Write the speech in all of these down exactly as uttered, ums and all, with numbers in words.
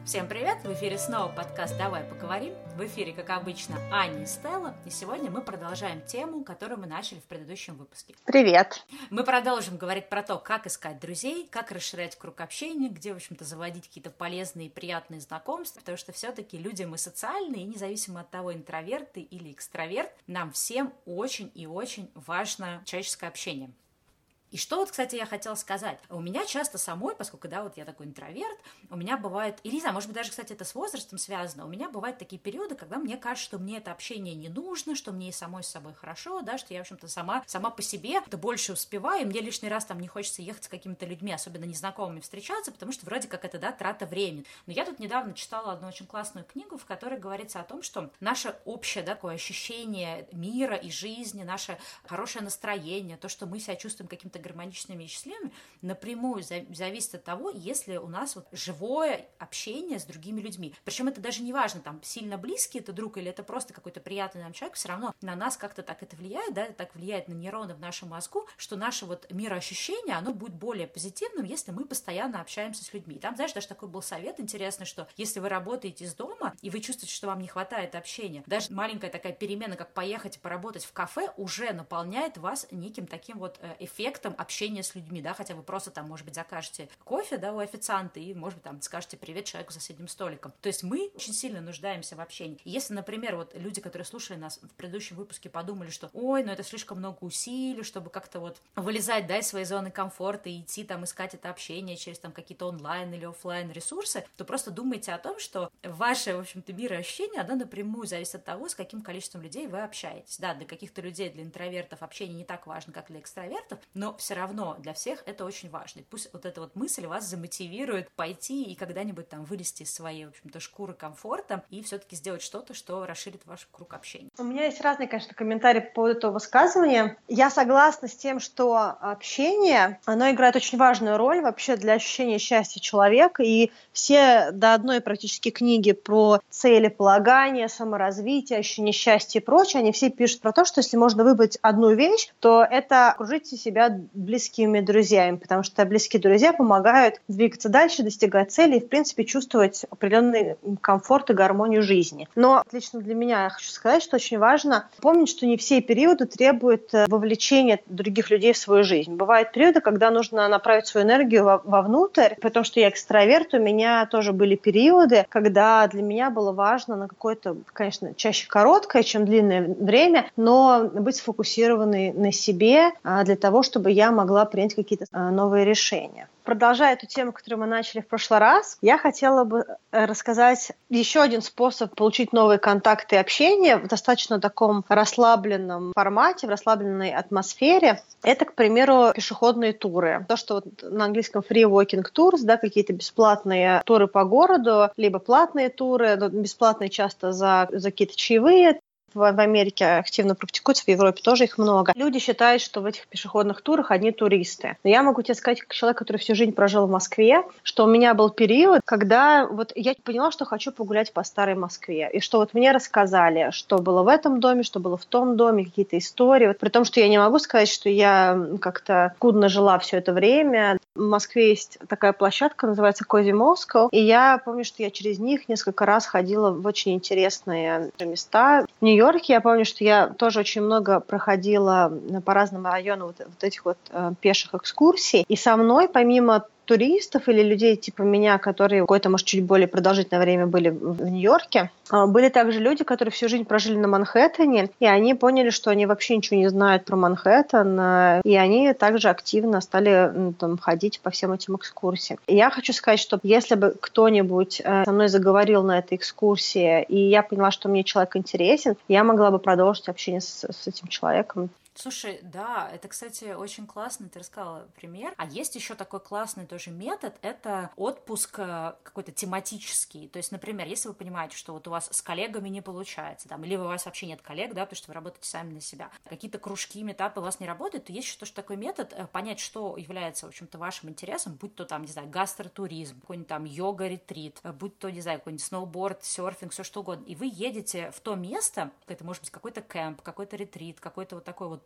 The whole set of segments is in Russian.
Всем привет! В эфире снова подкаст «Давай поговорим». В эфире, как обычно, Аня и Стелла. И сегодня мы продолжаем тему, которую мы начали в предыдущем выпуске. Привет! Мы продолжим говорить про то, как искать друзей, как расширять круг общения, где, в общем-то, заводить какие-то полезные и приятные знакомства, потому что все-таки люди мы социальные, и независимо от того, интроверты или экстраверт, нам всем очень и очень важно человеческое общение. И что вот, кстати, я хотела сказать. У меня часто самой, поскольку, да, вот я такой интроверт, у меня бывает, или не знаю, может быть, даже, кстати, это с возрастом связано, у меня бывают такие периоды, когда мне кажется, что мне это общение не нужно, что мне и самой с собой хорошо, да, что я, в общем-то, сама, сама по себе это больше успеваю, и мне лишний раз там не хочется ехать с какими-то людьми, особенно незнакомыми, встречаться, потому что вроде как это, да, трата времени. Но я тут недавно читала одну очень классную книгу, в которой говорится о том, что наше общее, да, такое ощущение мира и жизни, наше хорошее настроение, то, что мы себя чувствуем каким-то гармоничными и счастливыми, напрямую зависит от того, если у нас вот живое общение с другими людьми. Причем это даже не важно, там, сильно близкий это друг или это просто какой-то приятный нам человек, все равно на нас как-то так это влияет, да, так влияет на нейроны в нашем мозгу, что наше вот мироощущение, оно будет более позитивным, если мы постоянно общаемся с людьми. Там, знаешь, даже такой был совет интересный, что если вы работаете из дома, и вы чувствуете, что вам не хватает общения, даже маленькая такая перемена, как поехать и поработать в кафе, уже наполняет вас неким таким вот эффектом общения с людьми, да, хотя вы просто там, может быть, закажете кофе, да, у официанта и, может быть, там скажете привет человеку за соседним столиком. То есть мы очень сильно нуждаемся в общении. И если, например, вот люди, которые слушали нас в предыдущем выпуске, подумали, что ой, ну это слишком много усилий, чтобы как-то вот вылезать, да, из своей зоны комфорта и идти там искать это общение через там какие-то онлайн или офлайн ресурсы, то просто думайте о том, что ваше, в общем-то, мироощущение, оно напрямую зависит от того, с каким количеством людей вы общаетесь. Да, для каких-то людей, для интровертов общение не так важно, как для экстравертов, но все равно для всех это очень важно. И пусть вот эта вот мысль вас замотивирует пойти и когда-нибудь там вылезти из своей, в общем-то, шкуры комфорта и все-таки сделать что-то, что расширит ваш круг общения. У меня есть разные, конечно, комментарии по поводу этого высказывания. Я согласна с тем, что общение, оно играет очень важную роль вообще для ощущения счастья человека, и все до одной практически книги про целеполагание, саморазвитие, ощущение счастья и прочее, они все пишут про то, что если можно выбрать одну вещь, то это окружите себя близкими друзьями, потому что близкие друзья помогают двигаться дальше, достигать цели и, в принципе, чувствовать определенный комфорт и гармонию жизни. Но лично для меня я хочу сказать, что очень важно помнить, что не все периоды требуют вовлечения других людей в свою жизнь. Бывают периоды, когда нужно направить свою энергию вовнутрь, потому что я экстраверт, у меня тоже были периоды, когда для меня было важно на какое-то, конечно, чаще короткое, чем длинное время, но быть сфокусированной на себе для того, чтобы я могла принять какие-то новые решения. Продолжая эту тему, которую мы начали в прошлый раз, я хотела бы рассказать еще один способ получить новые контакты и общение в достаточно таком расслабленном формате, в расслабленной атмосфере. Это, к примеру, пешеходные туры. То, что вот на английском free walking tours, да, какие-то бесплатные туры по городу, либо платные туры, но бесплатные часто за, за какие-то чаевые. В Америке активно практикуются, в Европе тоже их много. Люди считают, что в этих пешеходных турах одни туристы. Но я могу тебе сказать, как человек, который всю жизнь прожил в Москве, что у меня был период, когда вот я поняла, что хочу погулять по старой Москве. И что вот мне рассказали, что было в этом доме, что было в том доме, какие-то истории. Вот, при том, что я не могу сказать, что я как-то скудно жила все это время. В Москве есть такая площадка, называется Cozy Moscow. И я помню, что я через них несколько раз ходила в очень интересные места. В Нью-Йорке я помню, что я тоже очень много проходила по разным районам вот, вот этих вот э, пеших экскурсий. И со мной, помимо туристов или людей типа меня, которые какое-то, может, чуть более продолжительное время были в Нью-Йорке, были также люди, которые всю жизнь прожили на Манхэттене, и они поняли, что они вообще ничего не знают про Манхэттен, и они также активно стали ну, там, ходить по всем этим экскурсиям. И я хочу сказать, что если бы кто-нибудь со мной заговорил на этой экскурсии, и я поняла, что мне человек интересен, я могла бы продолжить общение с, с этим человеком. Слушай, да, это, кстати, очень классно, ты рассказала пример. А есть еще такой классный тоже метод, это отпуск какой-то тематический. То есть, например, если вы понимаете, что вот у вас с коллегами не получается, там, или у вас вообще нет коллег, да, потому что вы работаете сами на себя, какие-то кружки, метапы у вас не работают, то есть еще тоже такой метод понять, что является, в общем-то, вашим интересом, будь то там, не знаю, гастротуризм, какой-нибудь там йога-ретрит, будь то, не знаю, какой-нибудь сноуборд, серфинг, все что угодно. И вы едете в то место, это может быть какой-то кемп, какой-то ретрит, какой-то вот такой вот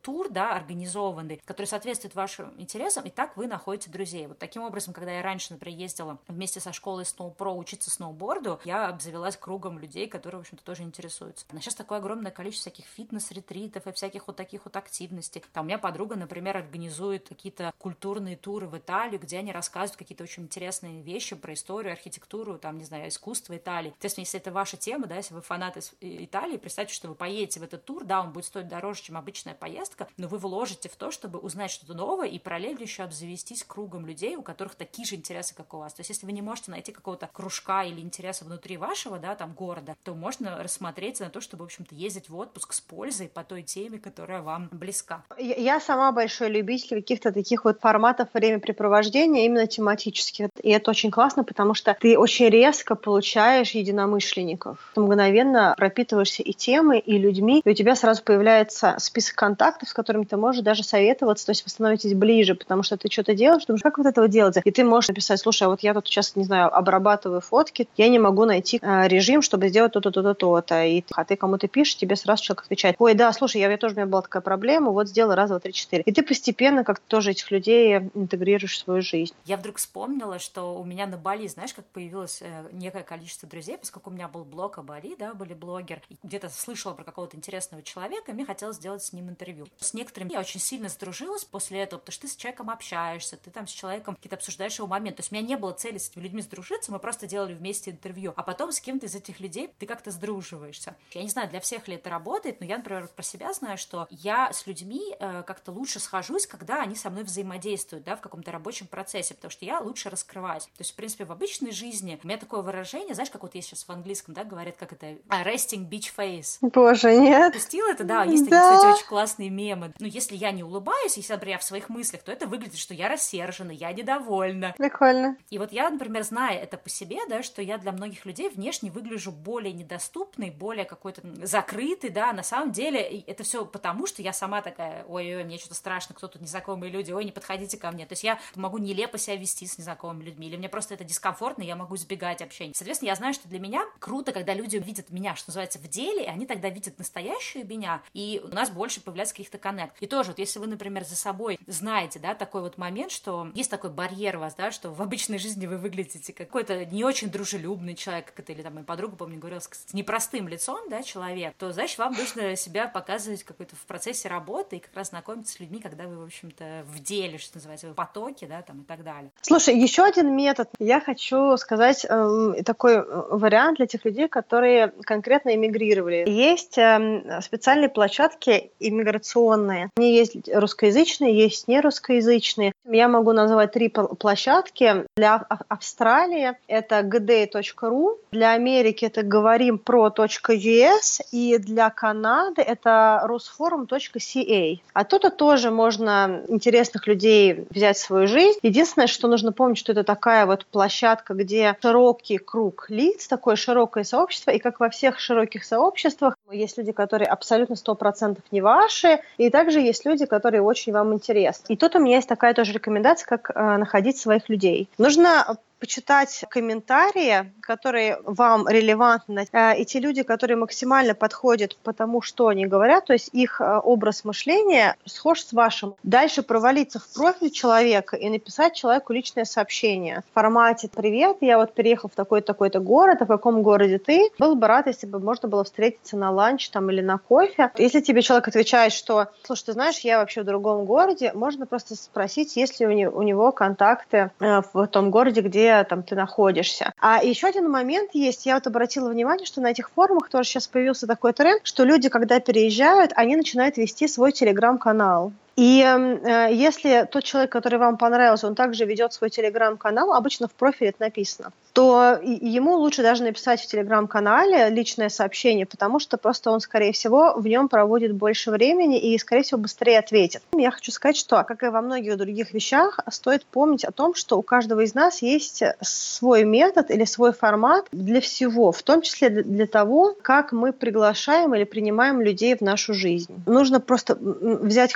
тур, да, организованный, который соответствует вашим интересам, и так вы находите друзей. Вот таким образом, когда я раньше, например, ездила вместе со школой SnowPro учиться сноуборду, я обзавелась кругом людей, которые, в общем-то, тоже интересуются. Но сейчас такое огромное количество всяких фитнес-ретритов и всяких вот таких вот активностей. Там у меня подруга, например, организует какие-то культурные туры в Италию, где они рассказывают какие-то очень интересные вещи про историю, архитектуру, там, не знаю, искусство Италии. Естественно, если это ваша тема, да, если вы фанат из Италии, представьте, что вы поедете в этот тур, да, он будет стоить дороже, чем обычная поездка, но вы вложите в то, чтобы узнать что-то новое и параллельно еще обзавестись кругом людей, у которых такие же интересы, как у вас. То есть, если вы не можете найти какого-то кружка или интереса внутри вашего, да, там, города, то можно рассмотреть на то, чтобы, в общем-то, ездить в отпуск с пользой по той теме, которая вам близка. Я, я сама большой любитель каких-то таких вот форматов времяпрепровождения именно тематических. И это очень классно, потому что ты очень резко получаешь единомышленников. Ты мгновенно пропитываешься и темой, и людьми, и у тебя сразу появляется список контактов, с которыми ты можешь даже советоваться, то есть вы становитесь ближе, потому что ты что-то делаешь, думаешь, как вот этого делать? И ты можешь написать: слушай, а вот я тут сейчас, не знаю, обрабатываю фотки, я не могу найти э, режим, чтобы сделать то-то, то-то, то-то. И а ты кому-то пишешь, тебе сразу человек отвечает: ой, да, слушай, я, я тоже, у меня была такая проблема, вот сделай раз, два, три, четыре. И ты постепенно как-то тоже этих людей интегрируешь в свою жизнь. Я вдруг вспомнила, что у меня на Бали, знаешь, как появилось э, некое количество друзей, поскольку у меня был блог о Бали, да, были блогер, и где-то слышала про какого-то интересного человека, и мне хотелось сделать с ним интервью. С некоторыми я очень сильно сдружилась после этого, потому что ты с человеком общаешься, ты там с человеком какие-то обсуждаешь его момент. То есть у меня не было цели с этими людьми сдружиться, мы просто делали вместе интервью, а потом с кем-то из этих людей ты как-то сдруживаешься. Я не знаю, для всех ли это работает, но я, например, про себя знаю, что я с людьми э, как-то лучше схожусь, когда они со мной взаимодействуют, да, в каком-то рабочем процессе, потому что я лучше раскрываюсь. То есть, в принципе, в обычной жизни у меня такое выражение, знаешь, как вот есть сейчас в английском, да, говорят, как это resting beach face. Боже, нет. Пустила это, да, есть да. такие, кстати, очень классные мемы. Ну, если я не улыбаюсь, если, например, я в своих мыслях, то это выглядит, что я рассержена, я недовольна. Прикольно. И вот я, например, зная это по себе, да, что я для многих людей внешне выгляжу более недоступной, более какой-то закрытый, да, на самом деле это все потому, что я сама такая: ой-ой, мне что-то страшно, кто тут незнакомые люди, ой, не подходите ко мне. То есть я могу нелепо себя вести с незнакомыми людьми, или мне просто это дискомфортно, и я могу избегать общения. Соответственно, я знаю, что для меня круто, когда люди видят меня, что называется, в деле, и они тогда видят настоящую меня, и у нас больше появляется каких-то коннект. И тоже, вот если вы, например, за собой знаете, да, такой вот момент, что есть такой барьер у вас, да, что в обычной жизни вы выглядите как какой-то не очень дружелюбный человек, как это, или там моя подруга, помню, говорила, с непростым лицом, да, человек, то, значит, вам нужно себя показывать какой-то в процессе работы и как раз знакомиться с людьми, когда вы, в общем-то, в деле, что называется, в потоке, да, там и так далее. Слушай, еще один метод. Я хочу сказать э, такой вариант для тех людей, которые конкретно эмигрировали. Есть э, специальные площадки иммиграционные. Они есть русскоязычные, есть нерусскоязычные. Я могу назвать три площадки. Для Австралии это джи ди точка ру, для Америки это говорим про точка ю эс и для Канады это русфорум точка си эй. Оттуда тоже можно интересных людей взять в свою жизнь. Единственное, что нужно помнить, что это такая вот площадка, где широкий круг лиц, такое широкое сообщество, и как во всех широких сообществах есть люди, которые абсолютно сто процентов не ваши, и также есть люди, которые очень вам интересны. И тут у меня есть такая тоже рекомендация, как э, находить своих людей. Нужно почитать комментарии, которые вам релевантны, и те люди, которые максимально подходят по тому, что они говорят, то есть их образ мышления схож с вашим. Дальше провалиться в профиль человека и написать человеку личное сообщение в формате: «Привет, я вот переехал в такой-то, такой-то город, а в каком городе ты? Был бы рад, если бы можно было встретиться на ланч там или на кофе». Если тебе человек отвечает, что: слушай, ты знаешь, я вообще в другом городе, можно просто спросить, есть ли у него, у него контакты в том городе, где там ты находишься. А еще один момент есть. Я вот обратила внимание, что на этих форумах тоже сейчас появился такой тренд, что люди, когда переезжают, они начинают вести свой телеграм-канал. И э, если тот человек, который вам понравился, он также ведет свой телеграм-канал, обычно в профиле это написано, то ему лучше даже написать в телеграм-канале личное сообщение, потому что просто он, скорее всего, в нем проводит больше времени и, скорее всего, быстрее ответит. Я хочу сказать, что, как и во многих других вещах, стоит помнить о том, что у каждого из нас есть свой метод или свой формат для всего, в том числе для того, как мы приглашаем или принимаем людей в нашу жизнь. Нужно просто взять какой-то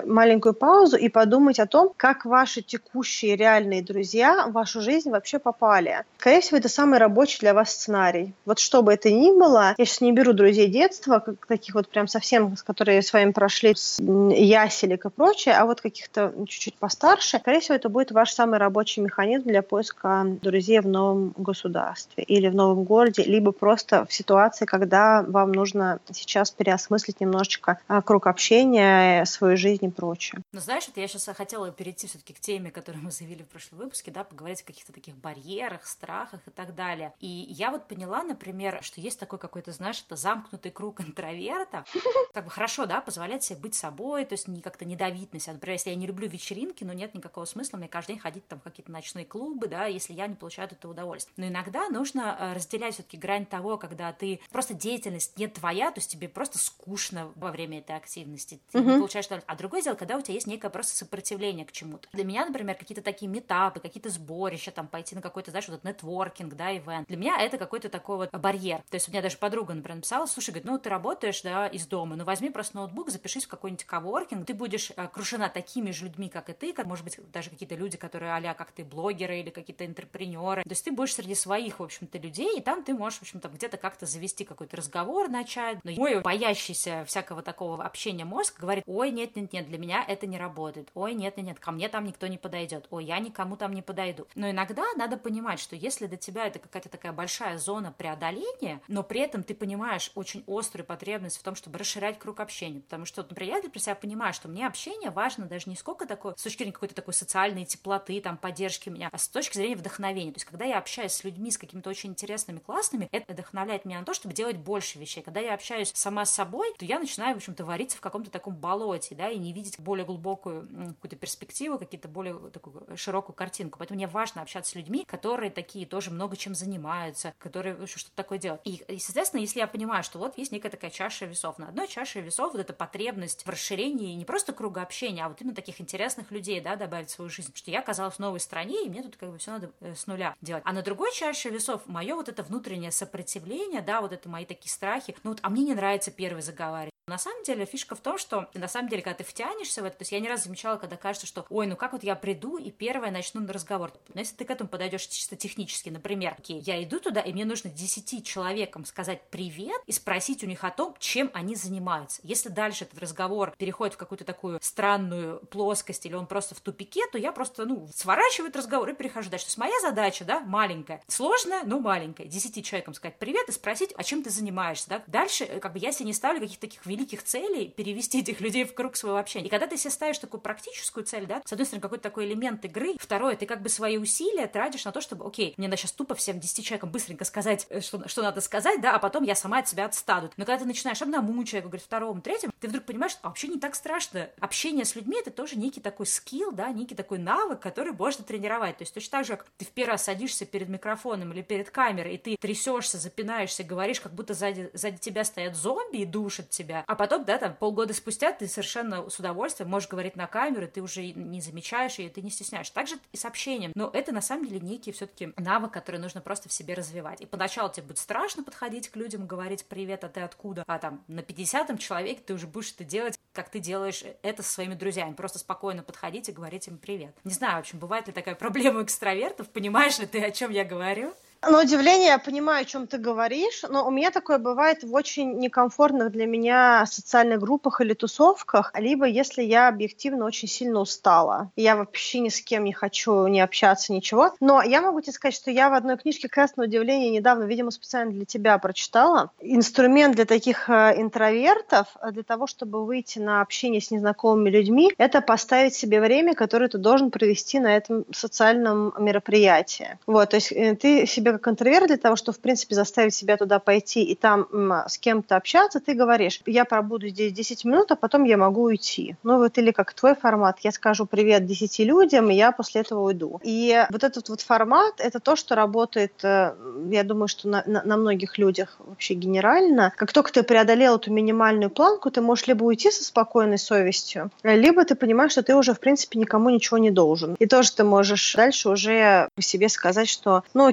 маленькую паузу и подумать о том, как ваши текущие реальные друзья в вашу жизнь вообще попали. Скорее всего, это самый рабочий для вас сценарий. Вот что бы это ни было, я сейчас не беру друзей детства, как таких вот прям совсем, с которые с вами прошли с яселек и прочее, а вот каких-то чуть-чуть постарше, скорее всего, это будет ваш самый рабочий механизм для поиска друзей в новом государстве или в новом городе, либо просто в ситуации, когда вам нужно сейчас переосмыслить немножечко круг общения, свою жизнь и прочее. Ну, знаешь, вот я сейчас хотела перейти все-таки к теме, которую мы заявили в прошлом выпуске, да, поговорить о каких-то таких барьерах, страхах и так далее. И я вот поняла, например, что есть такой какой-то, знаешь, это замкнутый круг интроверта. Как бы хорошо, да, позволять себе быть собой, то есть не как-то не давить на себя. Например, если я не люблю вечеринки, но нет никакого смысла мне каждый день ходить там в какие-то ночные клубы, да, если я не получаю от этого удовольствия. Но иногда нужно разделять все-таки грань того, когда ты просто деятельность не твоя, то есть тебе просто скучно во время этой активности, ты uh-huh. не получаешь удовольствие. А другое дело, когда у тебя есть некое просто сопротивление к чему-то. Для меня, например, какие-то такие митапы, какие-то сборища, там, пойти на какой-то, знаешь, вот этот нетворкинг, да, ивент. Для меня это какой-то такой вот барьер. То есть у меня даже подруга, например, написала: слушай, говорит, ну ты работаешь, да, из дома, ну возьми просто ноутбук, запишись в какой-нибудь коворкинг, ты будешь окружена такими же людьми, как и ты, как, может быть, даже какие-то люди, которые а-ля как ты, блогеры или какие-то интерпренеры. То есть ты будешь среди своих, в общем-то, людей, и там ты можешь, в общем-то, где-то как-то завести какой-то разговор, начать. Но мой боящийся всякого такого общения мозг говорит: ой, нет-нет-нет, для меня это не работает. Ой, нет-нет-нет, ко мне там никто не подойдет. Ой, я никому там не подойду. Но иногда надо понимать, что если для тебя это какая-то такая большая зона преодоления, но при этом ты понимаешь очень острую потребность в том, чтобы расширять круг общения. Потому что, например, я для себя понимаю, что мне общение важно даже не сколько такое, с точки зрения какой-то такой социальной теплоты, там, поддержки меня, а с точки зрения вдохновения. То есть, когда я общаюсь с людьми, с какими-то очень интересными, классными, это вдохновляет меня на то, чтобы делать больше вещей. Когда я общаюсь сама с собой, то я начинаю, в общем-то, вариться в каком-то таком болоте, да, и не видеть более глубокую какую-то перспективу, какие-то более такую широкую картинку. Поэтому мне важно общаться с людьми, которые такие тоже много чем занимаются, которые что-то такое делают. И, и, соответственно, если я понимаю, что вот есть некая такая чаша весов, на одной чаше весов вот эта потребность в расширении не просто круга общения, а вот именно таких интересных людей, да, добавить в свою жизнь, что я оказалась в новой стране, и мне тут как бы все надо с нуля делать. А на другой чаше весов мое вот это внутреннее сопротивление, да, вот это мои такие страхи, ну вот, а мне не нравится первый заговаривать. На самом деле фишка в том, что на самом деле, когда ты втянешься в это, то есть я не раз замечала, когда кажется, что ой, ну как вот я приду и первое начну на разговор. Но если ты к этому подойдешь чисто технически, например, окей, я иду туда, и мне нужно десяти человекам сказать привет и спросить у них о том, чем они занимаются. Если дальше этот разговор переходит в какую-то такую странную плоскость, или он просто в тупике, то я просто, ну, сворачиваю этот разговор и перехожу дальше. То есть моя задача, да, маленькая, сложная, но маленькая, десяти человекам сказать привет и спросить, о чем ты занимаешься, да. Дальше, как бы, я себе не ставлю каких-то таких великих целей перевести этих людей в круг своего общения. И когда ты себе ставишь такую практическую цель, да, с одной стороны, какой-то такой элемент игры, второе, ты как бы свои усилия тратишь на то, чтобы, окей, мне надо сейчас тупо всем десяти человекам быстренько сказать, что, что надо сказать, да, а потом я сама от себя отстану. Но когда ты начинаешь одному человеку говорить, второму, третьему, ты вдруг понимаешь, что а, вообще не так страшно. Общение с людьми — это тоже некий такой скилл, да, некий такой навык, который можно тренировать. То есть точно так же, как ты в первый раз садишься перед микрофоном или перед камерой, и ты трясешься, запинаешься, говоришь, как будто сзади, сзади тебя стоят зомби и душат тебя, а потом, да, там, полгода спустя ты совершенно с удовольствием можешь говорить на камеру, ты уже не замечаешь ее, ты не стесняешься. Так же и с общением. Но это, на самом деле, некий все-таки навык, который нужно просто в себе развивать. И поначалу тебе будет страшно подходить к людям, говорить привет, а ты откуда? А там на пятидесятом человеке ты уже будешь это делать, как ты делаешь это со своими друзьями. Просто спокойно подходить и говорить им привет. Не знаю, в общем, бывает ли такая проблема у экстравертов? Понимаешь ли ты, о чем я говорю? На удивление, я понимаю, о чем ты говоришь, но у меня такое бывает в очень некомфортных для меня социальных группах или тусовках, либо если я объективно очень сильно устала. Я вообще ни с кем не хочу не общаться, ничего. Но я могу тебе сказать, что я в одной книжке, как раз на удивление, недавно, видимо, специально для тебя прочитала. Инструмент для таких интровертов, для того, чтобы выйти на общение с незнакомыми людьми, это поставить себе время, которое ты должен провести на этом социальном мероприятии. Вот, то есть ты себе как интроверт, для того, чтобы, в принципе, заставить себя туда пойти и там м, с кем-то общаться, ты говоришь, я пробуду здесь десять минут, а потом я могу уйти. Ну вот или как твой формат, я скажу привет десяти людям, и я после этого уйду. И вот этот вот формат, это то, что работает, я думаю, что на, на, на многих людях вообще генерально. Как только ты преодолел эту минимальную планку, ты можешь либо уйти со спокойной совестью, либо ты понимаешь, что ты уже, в принципе, никому ничего не должен. И тоже ты можешь дальше уже по себе сказать, что, ну окей,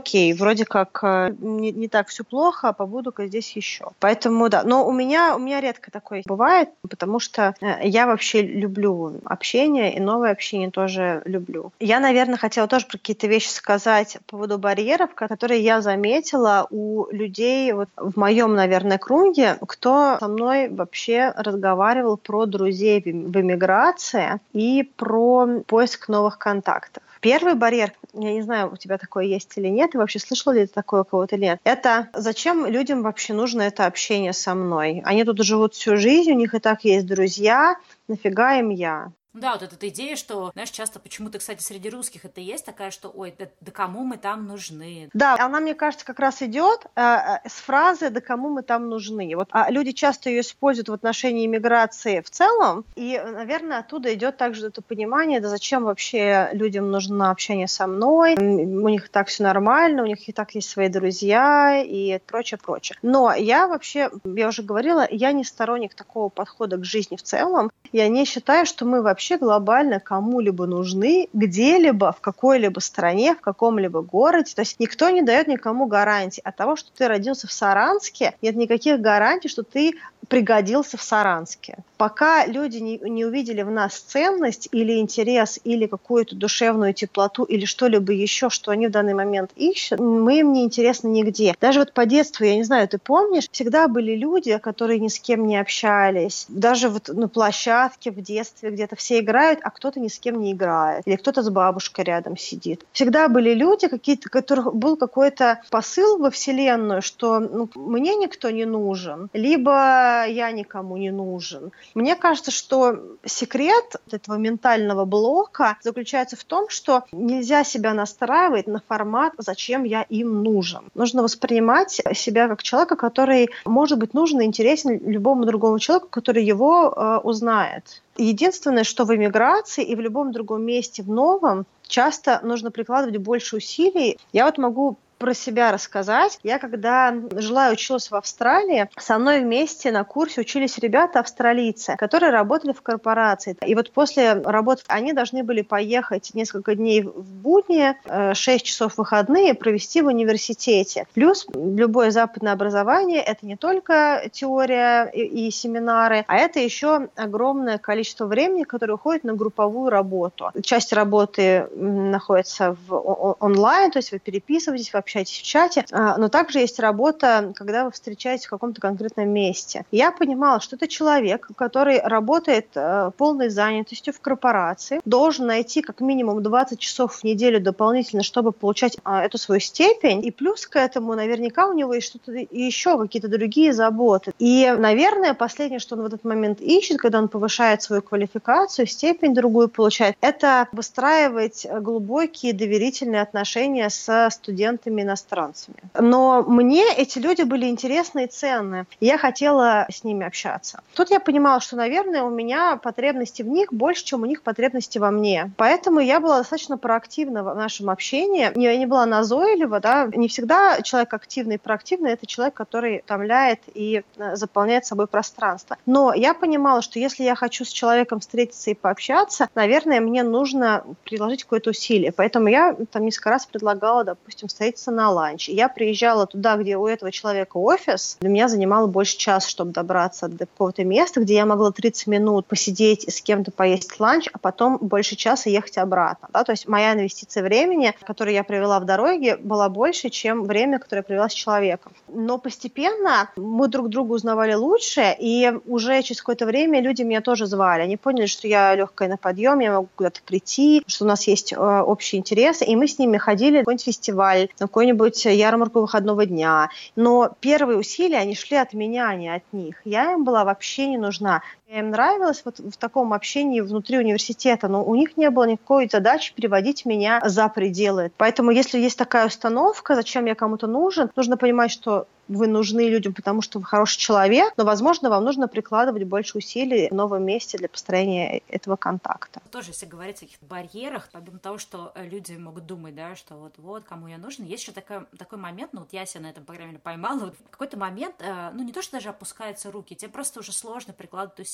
вроде как не, не так все плохо, а побуду-ка здесь еще. Поэтому да, но у меня, у меня редко такое бывает, потому что я вообще люблю общение, и новое общение тоже люблю. Я, наверное, хотела тоже про какие-то вещи сказать по поводу барьеров, которые я заметила у людей вот в моем, наверное, круге, кто со мной вообще разговаривал про друзей в эмиграции и про поиск новых контактов. Первый барьер, я не знаю, у тебя такое есть или нет, и вообще слышала ли ты такое у кого-то или нет, это зачем людям вообще нужно это общение со мной? Они тут живут всю жизнь, у них и так есть друзья, нафига им я? Да, вот эта идея, что, знаешь, часто почему-то, кстати, среди русских это есть такая, что, ой, да, да кому мы там нужны? Да, она, мне кажется, как раз идет э, с фразы «да кому мы там нужны». Вот, а люди часто ее используют в отношении иммиграции в целом, и, наверное, оттуда идет также это понимание, да зачем вообще людям нужно общение со мной, у них так все нормально, у них и так есть свои друзья и прочее, прочее. Но я вообще, я уже говорила, я не сторонник такого подхода к жизни в целом. Я не считаю, что мы вообще вообще глобально кому-либо нужны, где-либо, в какой-либо стране, в каком-либо городе. То есть никто не дает никому гарантии. От того, что ты родился в Саранске, нет никаких гарантий, что ты пригодился в Саранске. Пока люди не, не увидели в нас ценность или интерес, или какую-то душевную теплоту, или что-либо еще, что они в данный момент ищут, мы им не интересны нигде. Даже вот по детству, я не знаю, ты помнишь, всегда были люди, которые ни с кем не общались. Даже вот на площадке в детстве где-то все играют, а кто-то ни с кем не играет. Или кто-то с бабушкой рядом сидит. Всегда были люди, какие-то, у которых был какой-то посыл во Вселенную, что ну, мне никто не нужен, либо я никому не нужен. Мне кажется, что секрет этого ментального блока заключается в том, что нельзя себя настраивать на формат «зачем я им нужен». Нужно воспринимать себя как человека, который может быть нужен и интересен любому другому человеку, который его э, узнает. Единственное, что в эмиграции и в любом другом месте в новом часто нужно прикладывать больше усилий. Я вот могу про себя рассказать. Я когда жила и училась в Австралии, со мной вместе на курсе учились ребята-австралийцы, которые работали в корпорации. И вот после работы они должны были поехать несколько дней в будни, шесть часов выходные провести в университете. Плюс любое западное образование – это не только теория и, и семинары, а это еще огромное количество времени, которое уходит на групповую работу. Часть работы находится в онлайн, то есть вы переписываетесь, вы общаетесь в чате, но также есть работа, когда вы встречаетесь в каком-то конкретном месте. Я понимала, что это человек, который работает полной занятостью в корпорации, должен найти как минимум двадцать часов в неделю дополнительно, чтобы получать эту свою степень, и плюс к этому наверняка у него есть что-то еще, какие-то другие заботы. И, наверное, последнее, что он в этот момент ищет, когда он повышает свою квалификацию, степень другую получает, это выстраивать глубокие доверительные отношения со студентами иностранцами. Но мне эти люди были интересны и ценны. Я хотела с ними общаться. Тут я понимала, что, наверное, у меня потребности в них больше, чем у них потребности во мне. Поэтому я была достаточно проактивна в нашем общении. Я не была назойлива, да. Не всегда человек активный и проактивный – это человек, который утомляет и заполняет собой пространство. Но я понимала, что если я хочу с человеком встретиться и пообщаться, наверное, мне нужно приложить какое-то усилие. Поэтому я там несколько раз предлагала, допустим, встретиться на ланч. Я приезжала туда, где у этого человека офис. Для меня занимало больше часа, чтобы добраться до какого-то места, где я могла тридцать минут посидеть и с кем-то поесть ланч, а потом больше часа ехать обратно. Да? То есть моя инвестиция времени, которую я провела в дороге, была больше, чем время, которое я провела с человеком. Но постепенно мы друг друга узнавали лучше, и уже через какое-то время люди меня тоже звали. Они поняли, что я легкая на подъем, я могу куда-то прийти, что у нас есть э, общие интересы, и мы с ними ходили на какой-нибудь фестиваль, на какую-нибудь ярмарку выходного дня. Но первые усилия, они шли от меня, а не от них. Я им была вообще не нужна. Им нравилось вот в таком общении внутри университета, но у них не было никакой задачи переводить меня за пределы. Поэтому если есть такая установка, зачем я кому-то нужен, нужно понимать, что вы нужны людям, потому что вы хороший человек, но, возможно, вам нужно прикладывать больше усилий в новом месте для построения этого контакта. Тоже, если говорить о каких-то барьерах, помимо того, что люди могут думать, да, что вот-вот, кому я нужен, есть еще такой, такой момент, ну вот я себя на этом, по крайней мере, поймала, вот в какой-то момент, ну не то, что даже опускаются руки, тебе просто уже сложно прикладывать усилия.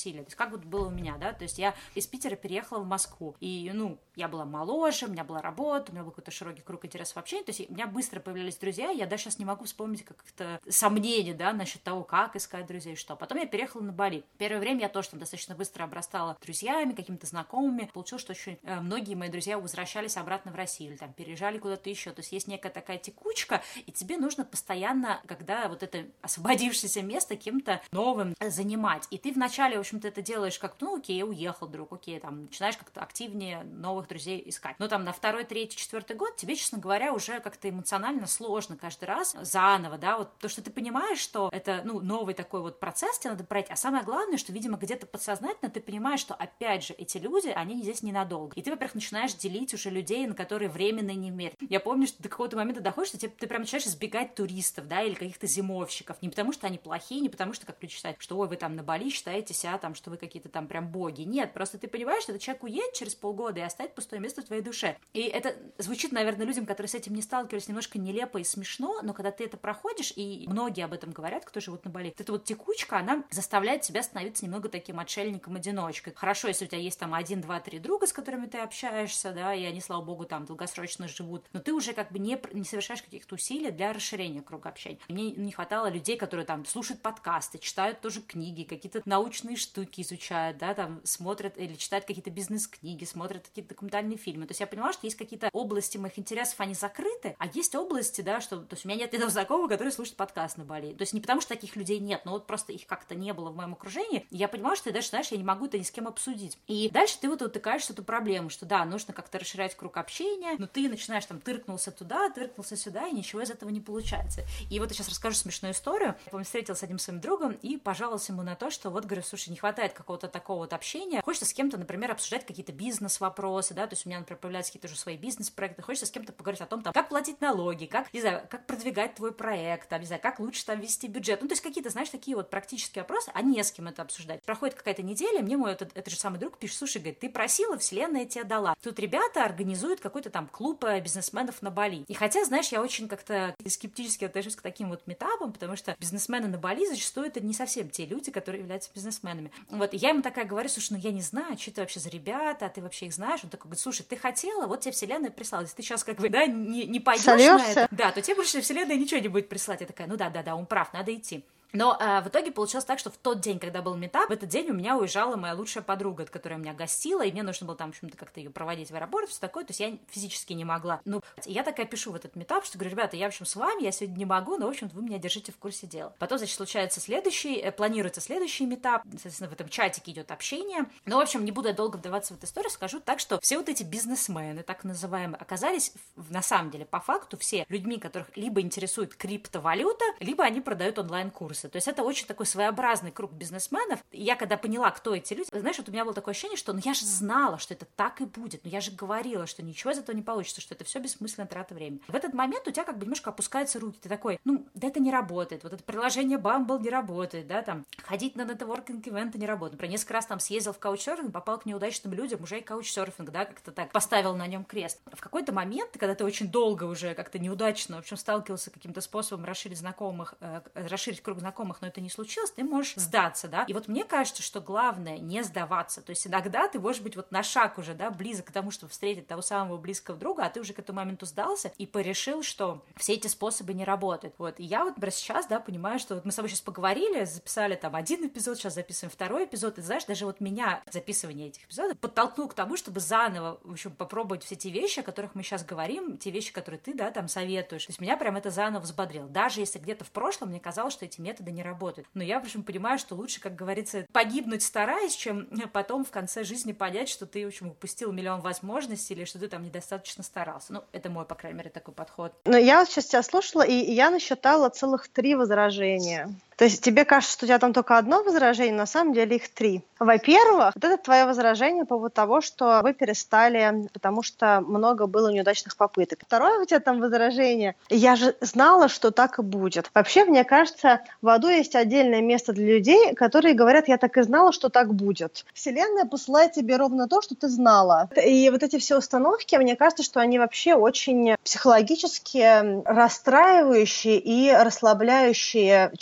усилия. То есть как вот было у меня, да, то есть я из Питера переехала в Москву, и, ну, я была моложе, у меня была работа, у меня был какой-то широкий круг интересов общения, то есть у меня быстро появлялись друзья, я даже сейчас не могу вспомнить как-то сомнений, да, насчет того, как искать друзей, что. Потом я переехала на Бали. Первое время я тоже там достаточно быстро обрастала друзьями, какими-то знакомыми. Получилось, что очень э, многие мои друзья возвращались обратно в Россию или там переезжали куда-то еще. То есть есть некая такая текучка, и тебе нужно постоянно, когда вот это освободившееся место кем-то новым занимать. И ты вначале, в общем-то, это делаешь как, ну, окей, уехал друг, окей, там, начинаешь как-то активнее новых друзей искать. Но там на второй, третий, четвертый год тебе, честно говоря, уже как-то эмоционально сложно каждый раз заново, да, вот то, что ты понимаешь, что это, ну, новый такой вот процесс тебе надо пройти, а самое главное, что, видимо, где-то подсознательно ты понимаешь, что, опять же, эти люди, они здесь ненадолго. И ты, во-первых, начинаешь делить уже людей, на которые временно не мерят. Я помню, что до какого-то момента доходишь, что тебе, ты прям начинаешь избегать туристов, да, или каких-то зимовщиков, не потому что они плохие, не потому что, как люди считают, что, ой, вы там на Бали считаете себя там, что вы какие-то там прям боги. Нет, просто ты понимаешь, что этот человек уедет через полгода и оставит пустое место в твоей душе. И это звучит, наверное, людям, которые с этим не сталкивались, немножко нелепо и смешно, но когда ты это проходишь, и многие об этом говорят, кто живут на Бали, вот эта вот текучка, она заставляет тебя становиться немного таким отшельником-одиночкой. Хорошо, если у тебя есть там один, два, три друга, с которыми ты общаешься, да, и они, слава богу, там долгосрочно живут, но ты уже как бы не, не совершаешь каких-то усилий для расширения круга общения. Мне не хватало людей, которые там слушают подкасты, читают тоже книги, какие-то научные штуки изучают, да, там смотрят или читают какие-то бизнес-книги, смотрят какие-то документальные фильмы. То есть я понимала, что есть какие-то области моих интересов, они закрыты, а есть области, да, что, то есть у меня нет ни одного знакомого, который слушает подкаст на Бали. То есть не потому, что таких людей нет, но вот просто их как-то не было в моем окружении. И я понимала, что даже, знаешь, я не могу это ни с кем обсудить. И дальше ты вот утыкаешься в эту проблему, что да, нужно как-то расширять круг общения, но ты начинаешь там тыркнулся туда, тыркнулся сюда, и ничего из этого не получается. И вот я сейчас расскажу смешную историю. Я, помню, встретилась с одним своим другом и пожаловалась ему на то, что вот, говорю, слушай, не хватает какого-то такого вот общения. Хочется с кем-то, например, обсуждать какие-то бизнес-вопросы, да, то есть у меня, например, появляются какие-то уже свои бизнес-проекты, хочется с кем-то поговорить о том, там, как платить налоги, как, не знаю, как продвигать твой проект, там, не знаю, как лучше там вести бюджет. Ну, то есть какие-то, знаешь, такие вот практические вопросы, а не с кем это обсуждать. Проходит какая-то неделя, мне мой этот, этот же самый друг пишет, слушай, говорит, ты просила, вселенная тебе дала. Тут ребята организуют какой-то там клуб бизнесменов на Бали. И хотя, знаешь, я очень как-то скептически отношусь к таким вот метапам, потому что бизнесмены на Бали зачастую это не совсем те люди, которые являются бизнесменами. Вот, и я ему такая говорю, слушай, ну я не знаю, что это вообще за ребята, а ты вообще их знаешь? Он такой говорит, слушай, ты хотела, вот тебе вселенная прислала. Если ты сейчас как бы, да, не, не пойдешь на это, да, то тебе больше вселенная ничего не будет присылать. Я такая, ну да, да, да, он прав, надо идти. Но э, в итоге получилось так, что в тот день, когда был митап, в этот день у меня уезжала моя лучшая подруга, от которой меня гостила, и мне нужно было там, в общем-то, как-то ее проводить в аэропорт, все такое, то есть я физически не могла. Ну, и я такая пишу в этот митап, что говорю, ребята, я, в общем, с вами, я сегодня не могу, но, в общем-то, вы меня держите в курсе дела. Потом, значит, случается следующий, э, планируется следующий митап, соответственно, в этом чатике идет общение. Но, в общем, не буду я долго вдаваться в эту историю, скажу так, что все вот эти бизнесмены, так называемые, оказались, на самом деле, по факту, все людьми, которых либо интересует криптовалюта, либо они продают онлайн-курсы. То есть это очень такой своеобразный круг бизнесменов. И я когда поняла, кто эти люди, знаешь, вот у меня было такое ощущение, что ну я же знала, что это так и будет, но я же говорила, что ничего из этого не получится, что это все бессмысленная трата времени. В этот момент у тебя как бы немножко опускаются руки, ты такой, ну, да это не работает, вот это приложение Bumble не работает, да, там, ходить на нетворкинг-ивенты не работает. Например, несколько раз там съездил в каучсерфинг, попал к неудачным людям, уже и каучсерфинг, да, как-то так, поставил на нем крест. В какой-то момент, когда ты очень долго уже как-то неудачно, в общем, сталкивался каким-то способом расширить знакомых, э, расширить круг знакомых, но это не случилось, ты можешь сдаться, да, и вот мне кажется, что главное не сдаваться, то есть иногда ты можешь быть вот на шаг уже, да, близок к тому, чтобы встретить того самого близкого друга, а ты уже к этому моменту сдался и порешил, что все эти способы не работают, вот, и я вот прямо сейчас, да, понимаю, что вот мы с тобой сейчас поговорили, записали там один эпизод, сейчас записываем второй эпизод, и знаешь, даже вот меня записывание этих эпизодов подтолкнуло к тому, чтобы заново, в общем, попробовать все те вещи, о которых мы сейчас говорим, те вещи, которые ты, да, там советуешь, то есть меня прям это заново взбодрило, даже если где-то в прошлом мне казалось, что эти методы не работают, но я, в общем, понимаю, что лучше, как говорится, погибнуть стараясь, чем потом в конце жизни понять, что ты, в общем, упустил миллион возможностей или что ты там недостаточно старался. Ну, это мой, по крайней мере, такой подход. Но я вот сейчас тебя слушала, и я насчитала целых три возражения. То есть тебе кажется, что у тебя там только одно возражение, на самом деле их три. Во-первых, вот это твое возражение по поводу того, что вы перестали, потому что много было неудачных попыток. Второе у тебя там возражение. Я же знала, что так и будет. Вообще, мне кажется, в аду есть отдельное место для людей, которые говорят, я так и знала, что так будет. Вселенная посылает тебе ровно то, что ты знала. И вот эти все установки, мне кажется, что они вообще очень психологически расстраивающие и расслабляющие человека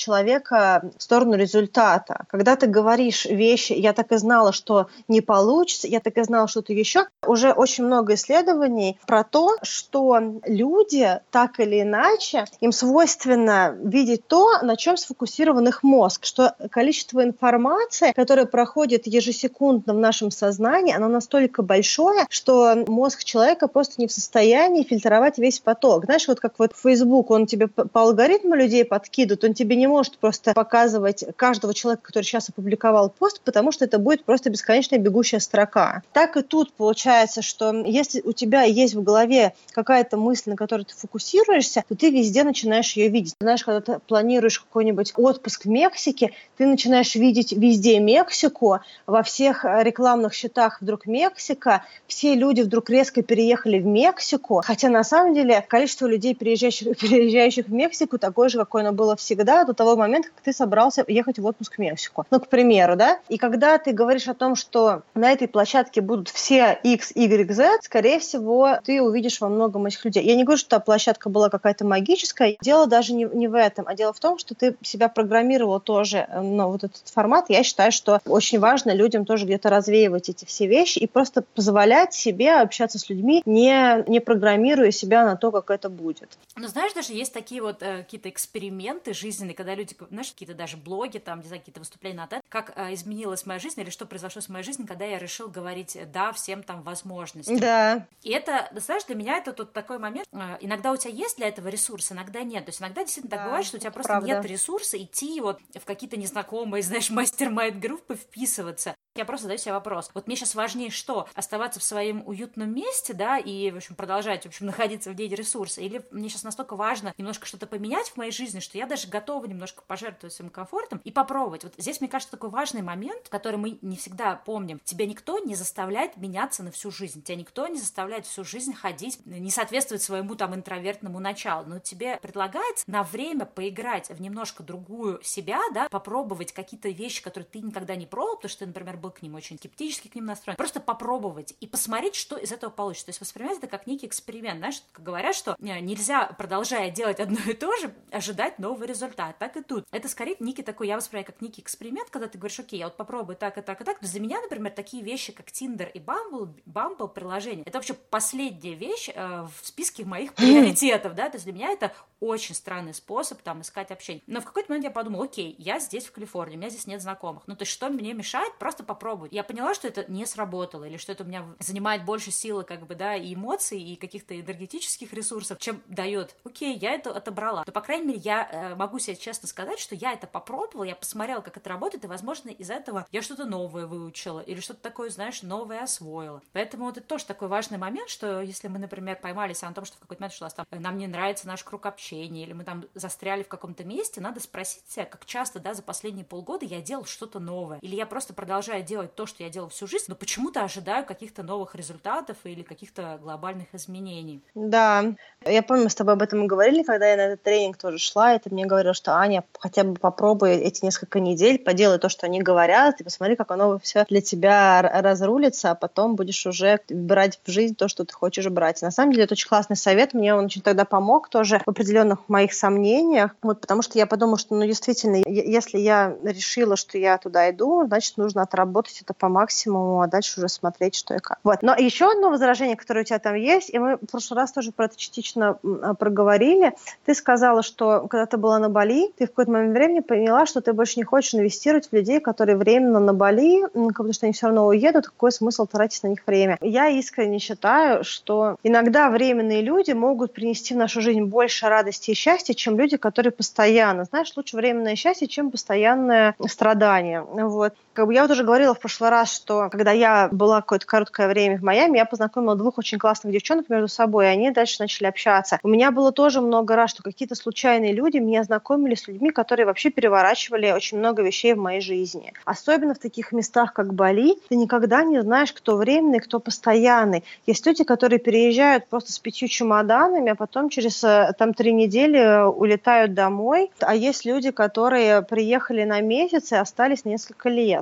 человека в сторону результата. Когда ты говоришь вещи, я так и знала, что не получится, я так и знала что-то еще, уже очень много исследований про то, что люди так или иначе, им свойственно видеть то, на чем сфокусирован их мозг, что количество информации, которое проходит ежесекундно в нашем сознании, оно настолько большое, что мозг человека просто не в состоянии фильтровать весь поток. Знаешь, вот как вот Facebook, он тебе по алгоритму людей подкидывает, он тебе не может просто показывать каждого человека, который сейчас опубликовал пост, потому что это будет просто бесконечная бегущая строка. Так и тут получается, что если у тебя есть в голове какая-то мысль, на которой ты фокусируешься, то ты везде начинаешь ее видеть. Знаешь, когда ты планируешь какой-нибудь отпуск в Мексике, ты начинаешь видеть везде Мексику, во всех рекламных счетах вдруг Мексика, все люди вдруг резко переехали в Мексику, хотя на самом деле количество людей, переезжающих, переезжающих в Мексику, такое же, какое оно было всегда до того момента, как ты собрался ехать в отпуск в Мексику. Ну, к примеру, да? И когда ты говоришь о том, что на этой площадке будут все X, Y, Z, скорее всего, ты увидишь во многом этих людей. Я не говорю, что та площадка была какая-то магическая. Дело даже не, не в этом, а дело в том, что ты себя программировал тоже на вот этот формат. Я считаю, что очень важно людям тоже где-то развеивать эти все вещи и просто позволять себе общаться с людьми, не, не программируя себя на то, как это будет. Ну, знаешь, даже есть такие вот э, какие-то эксперименты жизненные, когда люди, знаешь, какие-то даже блоги, там, не знаю, какие-то выступления на TED, как э, изменилась моя жизнь или что произошло с моей жизнью, когда я решил говорить «да» всем там возможностям. Да. И это, знаешь, для меня это тут такой момент, э, иногда у тебя есть для этого ресурс, иногда нет. То есть иногда действительно да, так бывает, что у тебя просто правда. Нет ресурса идти вот в какие-то незнакомые, знаешь, мастер-майнд-группы вписываться. Я просто задаю себе вопрос. Вот мне сейчас важнее что? Оставаться в своем уютном месте, да, и, в общем, продолжать, в общем, находиться в дне ресурса? Или мне сейчас настолько важно немножко что-то поменять в моей жизни, что я даже готова немножко пожертвовать своим комфортом и попробовать. Вот здесь, мне кажется, такой важный момент, который мы не всегда помним. Тебя никто не заставляет меняться на всю жизнь. Тебя никто не заставляет всю жизнь ходить, не соответствовать своему там интровертному началу. Но тебе предлагается на время поиграть в немножко другую себя, да, попробовать какие-то вещи, которые ты никогда не пробовал, потому что ты, например, был к ним очень скептически к ним настроен. Просто попробовать и посмотреть, что из этого получится. То есть воспринимать это как некий эксперимент. Знаешь, говорят, что нельзя, продолжая делать одно и то же, ожидать новый результат. Так и тут. Это скорее некий такой, я воспринимаю как некий эксперимент, когда ты говоришь, окей, я вот попробую так и так и так. Для меня, например, такие вещи, как Tinder и Bumble, Bumble приложение, это вообще последняя вещь э, в списке моих приоритетов, да, то есть для меня это очень странный способ там искать общение. Но в какой-то момент я подумала, окей, я здесь в Калифорнии, у меня здесь нет знакомых. Ну, то есть что мне мешает? Просто попробовать. Я поняла, что это не сработало, или что это у меня занимает больше силы, как бы, да, и эмоций, и каких-то энергетических ресурсов, чем дает. Окей, я это отобрала. Но, по крайней мере, я э, могу себе честно сказать, что я это попробовала, я посмотрела, как это работает, и, возможно, из этого я что-то новое выучила, или что-то такое, знаешь, новое освоила. Поэтому вот это тоже такой важный момент, что если мы, например, поймались на том, что в какой-то момент, что у нас там, нам не нравится наш круг общения, или мы там застряли в каком-то месте, надо спросить себя, как часто, да, за последние полгода я делал что-то новое. Или я просто продолжаю делать то, что я делал всю жизнь, но почему-то ожидаю каких-то новых результатов или каких-то глобальных изменений. Да, я помню, мы с тобой об этом и говорили, когда я на этот тренинг тоже шла, и ты мне говорила, что Аня, хотя бы попробуй эти несколько недель, поделай то, что они говорят, и посмотри, как оно все для тебя разрулится, а потом будешь уже брать в жизнь то, что ты хочешь брать. И на самом деле это очень классный совет, мне он очень тогда помог тоже в определенных моих сомнениях, вот, потому что я подумала, что, ну, действительно, если я решила, что я туда иду, значит, нужно отработать это по максимуму, а дальше уже смотреть, что и как. Вот. Но еще одно возражение, которое у тебя там есть, и мы в прошлый раз тоже про это частично проговорили, ты сказала, что когда ты была на Бали, ты в какой-то момент времени поняла, что ты больше не хочешь инвестировать в людей, которые временно на Бали, потому что они все равно уедут, какой смысл тратить на них время. Я искренне считаю, что иногда временные люди могут принести в нашу жизнь больше радости и счастья, чем люди, которые постоянно. Знаешь, лучше временное счастье, чем постоянное страдание. Вот. Как бы я вот уже говорила в прошлый раз, что когда я была какое-то короткое время в Майами, я познакомила двух очень классных девчонок между собой, и они дальше начали общаться. У меня было тоже много раз, что какие-то случайные люди меня знакомили с людьми, которые вообще переворачивали очень много вещей в моей жизни. Особенно в таких местах, как Бали, ты никогда не знаешь, кто временный, кто постоянный. Есть люди, которые переезжают просто с пятью чемоданами, а потом через там три недели улетают домой. А есть люди, которые приехали на месяц и остались несколько лет.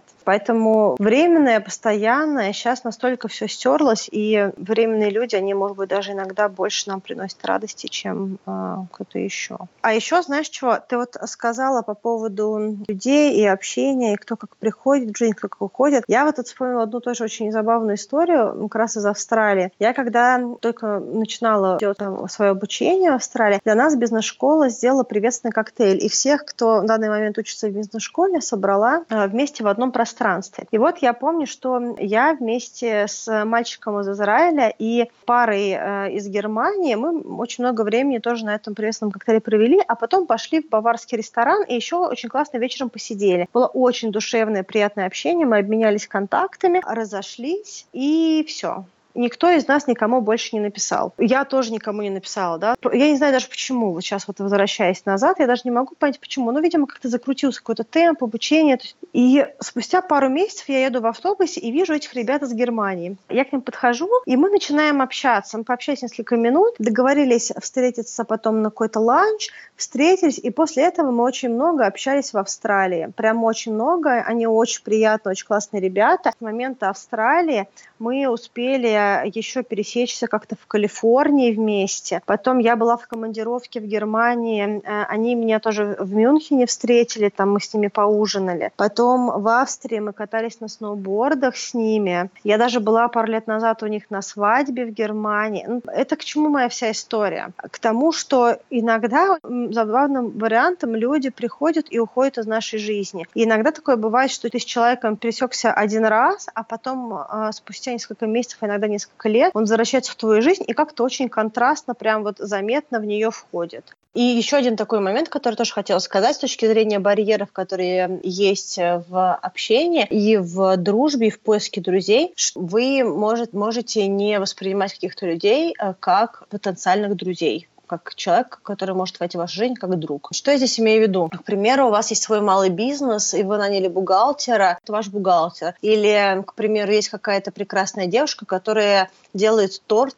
Поэтому временное, постоянное, сейчас настолько все стерлось, и временные люди, они, может быть, даже иногда больше нам приносят радости, чем э, кто-то еще. А еще, знаешь что, ты вот сказала по поводу людей и общения, и кто как приходит в жизнь, кто как уходит. Я вот тут вспомнила одну тоже очень забавную историю, как раз из Австралии. Я когда только начинала делать там свое обучение в Австралии, для нас бизнес-школа сделала приветственный коктейль, и всех, кто в данный момент учится в бизнес-школе, собрала э, вместе в одном пространстве. И вот я помню, что я вместе с мальчиком из Израиля и парой э, из Германии, мы очень много времени тоже на этом приветственном коктейле провели, а потом пошли в баварский ресторан и еще очень классно вечером посидели. Было очень душевное, приятное общение, мы обменялись контактами, разошлись и все. Никто из нас никому больше не написал. Я тоже никому не написала, да. Я не знаю даже почему. Вот сейчас вот возвращаясь назад, я даже не могу понять, почему. Ну, видимо, как-то закрутился какой-то темп, обучение. И спустя пару месяцев я еду в автобусе и вижу этих ребят из Германии. Я к ним подхожу, и мы начинаем общаться. Мы пообщались несколько минут, договорились встретиться потом на какой-то ланч, встретились, и после этого мы очень много общались в Австралии. Прям очень много. Они очень приятные, очень классные ребята. С момента Австралии мы успели еще пересечься как-то в Калифорнии вместе. Потом я была в командировке в Германии. Они меня тоже в Мюнхене встретили, там мы с ними поужинали. Потом в Австрии мы катались на сноубордах с ними. Я даже была пару лет назад у них на свадьбе в Германии. Это к чему моя вся история? К тому, что иногда забавным вариантом люди приходят и уходят из нашей жизни. И иногда такое бывает, что ты с человеком пересекся один раз, а потом спустя несколько месяцев, иногда несколько лет, он возвращается в твою жизнь и как-то очень контрастно, прям вот заметно в нее входит. И еще один такой момент, который тоже хотела сказать с точки зрения барьеров, которые есть в общении и в дружбе, и в поиске друзей. Вы может, можете не воспринимать каких-то людей как потенциальных друзей, как человек, который может войти в вашу жизнь как друг. Что я здесь имею в виду? К примеру, у вас есть свой малый бизнес, и вы наняли бухгалтера, это ваш бухгалтер. Или, к примеру, есть какая-то прекрасная девушка, которая делает торт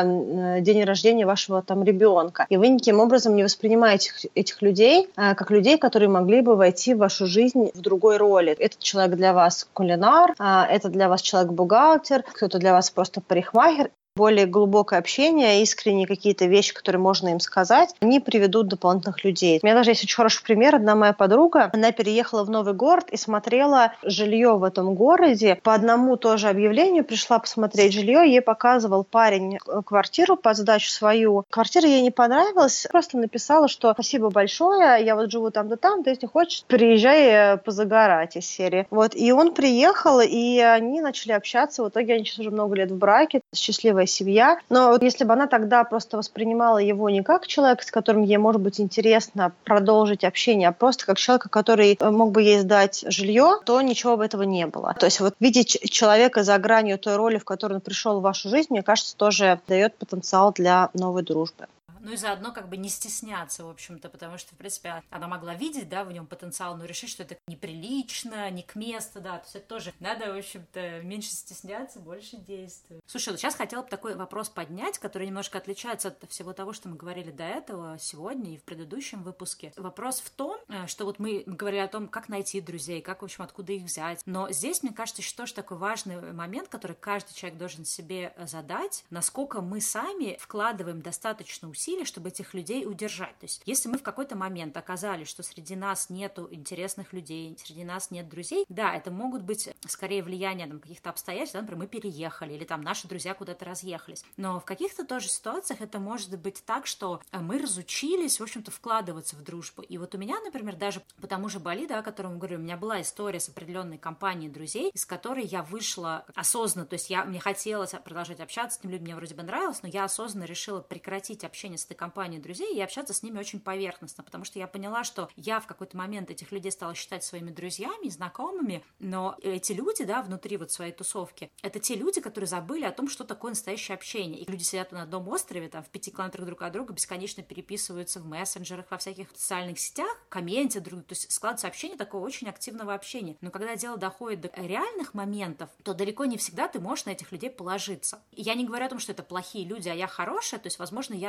на день рождения вашего там ребенка. И вы никаким образом не воспринимаете этих, этих людей как людей, которые могли бы войти в вашу жизнь в другой роли. Этот человек для вас кулинар, это для вас человек-бухгалтер, кто-то для вас просто парикмахер. Более глубокое общение, искренние какие-то вещи, которые можно им сказать, они приведут дополнительных людей. У меня даже есть очень хороший пример. Одна моя подруга, она переехала в новый город и смотрела жилье в этом городе. По одному тоже объявлению пришла посмотреть жилье, ей показывал парень квартиру под сдачу свою. Квартира ей не понравилась, просто написала, что спасибо большое, я вот живу там-то там, ты если хочешь, приезжай позагорать из серии. Вот, и он приехал, и они начали общаться. В итоге они сейчас уже много лет в браке, счастливая семья. Но вот если бы она тогда просто воспринимала его не как человека, с которым ей может быть интересно продолжить общение, а просто как человека, который мог бы ей сдать жилье, то ничего бы этого не было. То есть вот видеть человека за гранью той роли, в которой он пришел в вашу жизнь, мне кажется, тоже дает потенциал для новой дружбы. Ну и заодно как бы не стесняться, в общем-то, потому что, в принципе, она могла видеть, да, в нем потенциал, но решить, что это неприлично, не к месту, да, то есть это тоже надо, в общем-то, меньше стесняться, больше действовать. Слушай, вот сейчас хотела бы такой вопрос поднять, который немножко отличается от всего того, что мы говорили до этого сегодня и в предыдущем выпуске. Вопрос в том, что вот мы говорили о том, как найти друзей, как, в общем, откуда их взять, но здесь, мне кажется, еще тоже такой важный момент, который каждый человек должен себе задать, насколько мы сами вкладываем достаточно усилий, чтобы этих людей удержать. То есть, если мы в какой-то момент оказались, что среди нас нету интересных людей, среди нас нет друзей, да, это могут быть скорее влияние там, каких-то обстоятельств, да, например, мы переехали, или там наши друзья куда-то разъехались. Но в каких-то тоже ситуациях это может быть так, что мы разучились, в общем-то, вкладываться в дружбу. И вот у меня, например, даже по тому же Бали, да, о котором я говорю, у меня была история с определенной компанией друзей, из которой я вышла осознанно, то есть я, мне хотелось продолжать общаться с этими людьми, мне вроде бы нравилось, но я осознанно решила прекратить общение с этой компанией друзей и общаться с ними очень поверхностно, потому что я поняла, что я в какой-то момент этих людей стала считать своими друзьями, знакомыми, но эти люди, да, внутри вот своей тусовки, это те люди, которые забыли о том, что такое настоящее общение. И люди сидят на одном острове, там, в пяти километрах друг от друга, бесконечно переписываются в мессенджерах, во всяких социальных сетях, комментят друг друга, то есть складывается общение такого очень активного общения. Но когда дело доходит до реальных моментов, то далеко не всегда ты можешь на этих людей положиться. И я не говорю о том, что это плохие люди, а я хорошая, то есть, возможно, я тоже